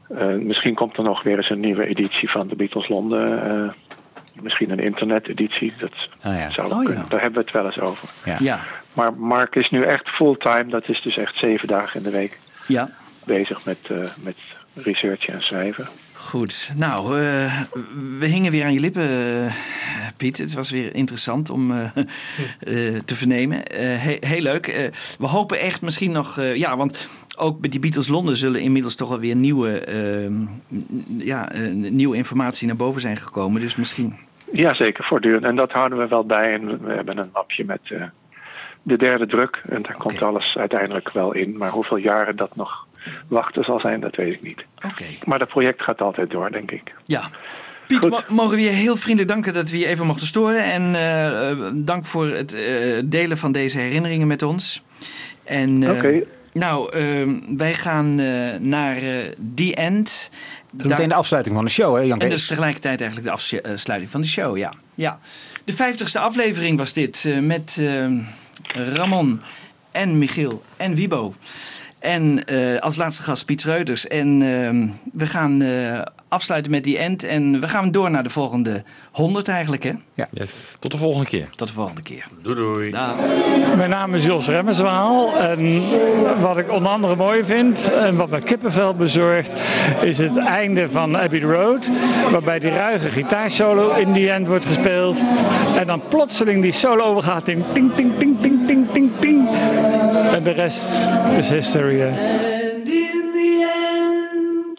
Uh, misschien komt er nog weer eens een nieuwe editie van de Beatles Londen. Uh, misschien een interneteditie. Dat oh ja. zou Oh kunnen. ja. Daar hebben we het wel eens over. Ja. Ja. Maar Mark is nu echt fulltime. Dat is dus echt zeven dagen in de week Ja. bezig met, uh, met researchen en schrijven. Goed, nou, uh, we hingen weer aan je lippen, uh, Piet. Het was weer interessant om uh, uh, te vernemen. Uh, he- heel leuk. Uh, we hopen echt misschien nog... Uh, ja, want ook met die Beatles Londen zullen inmiddels toch wel weer nieuwe, uh, ja, uh, nieuwe informatie naar boven zijn gekomen. Dus misschien... Ja, zeker, voortdurend. En dat houden we wel bij. En we hebben een mapje met uh, de derde druk. En daar komt okay. alles uiteindelijk wel in. Maar hoeveel jaren dat nog wachten zal zijn, dat weet ik niet. Okay. Maar dat project gaat altijd door, denk ik. Ja. Piet, mo- mogen we je heel vriendelijk danken dat we je even mochten storen. En uh, dank voor het uh, delen van deze herinneringen met ons. En uh, okay. nou, uh, wij gaan uh, naar uh, The End. Dat is meteen de afsluiting van de show, hè, Jan Kees? En dus tegelijkertijd eigenlijk de afsluiting van de show, ja. ja. De vijftigste aflevering was dit uh, met uh, Ramon en Michiel en Wibo. En uh, als laatste gast Piet Schreuders. En uh, we gaan uh, afsluiten met die end. En we gaan door naar de volgende honderd eigenlijk, hè? Ja, yes. Tot de volgende keer. Tot de volgende keer. Doei doei. Dag. Mijn naam is Jos Remmenswaal. En wat ik onder andere mooi vind en wat me kippenvel bezorgt, is het einde van Abbey Road. Waarbij die ruige gitaarsolo in die end wordt gespeeld. En dan plotseling die solo overgaat in ting, ting, ting, ting, ting, ting, ting. En de rest is history. And in the end,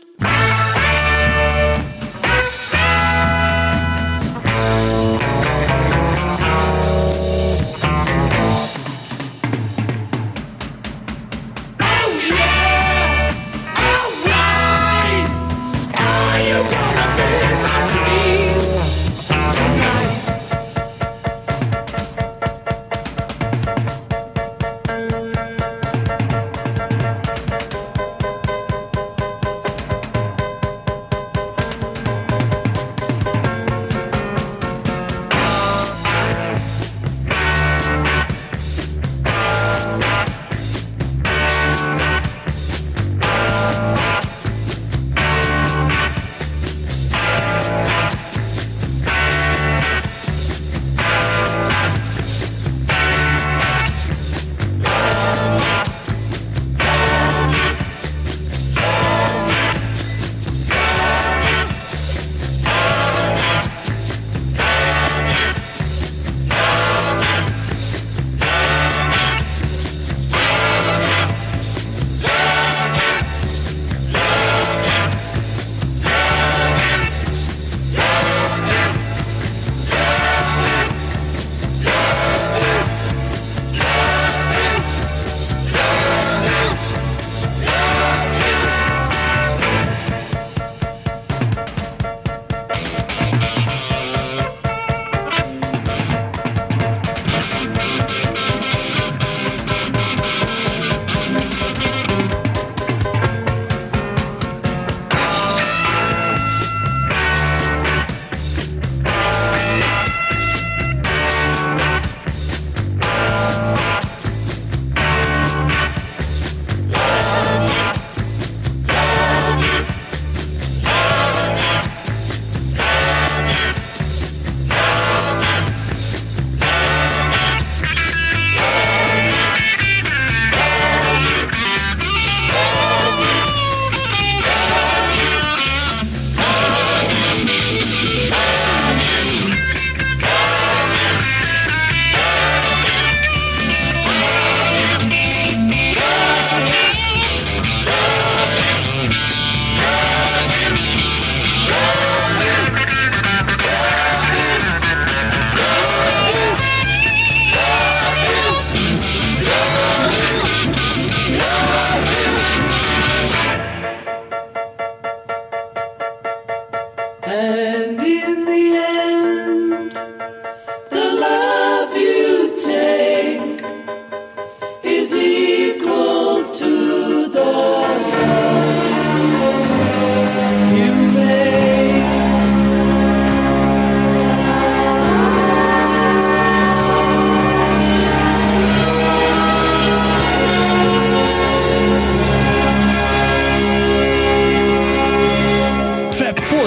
oh yeah, alright. Are you gonna be my dream tonight?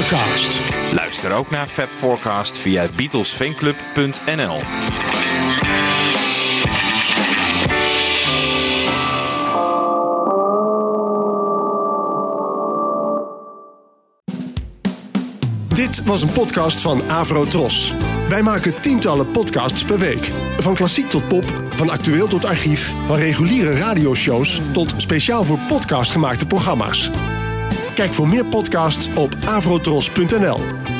Forecast. Luister ook naar Fab Forecast via beatles fanclub punt n l. Dit was een podcast van Avro Tros. Wij maken tientallen podcasts per week. Van klassiek tot pop, van actueel tot archief, van reguliere radioshows tot speciaal voor podcast gemaakte programma's. Kijk voor meer podcasts op avrotros punt n l.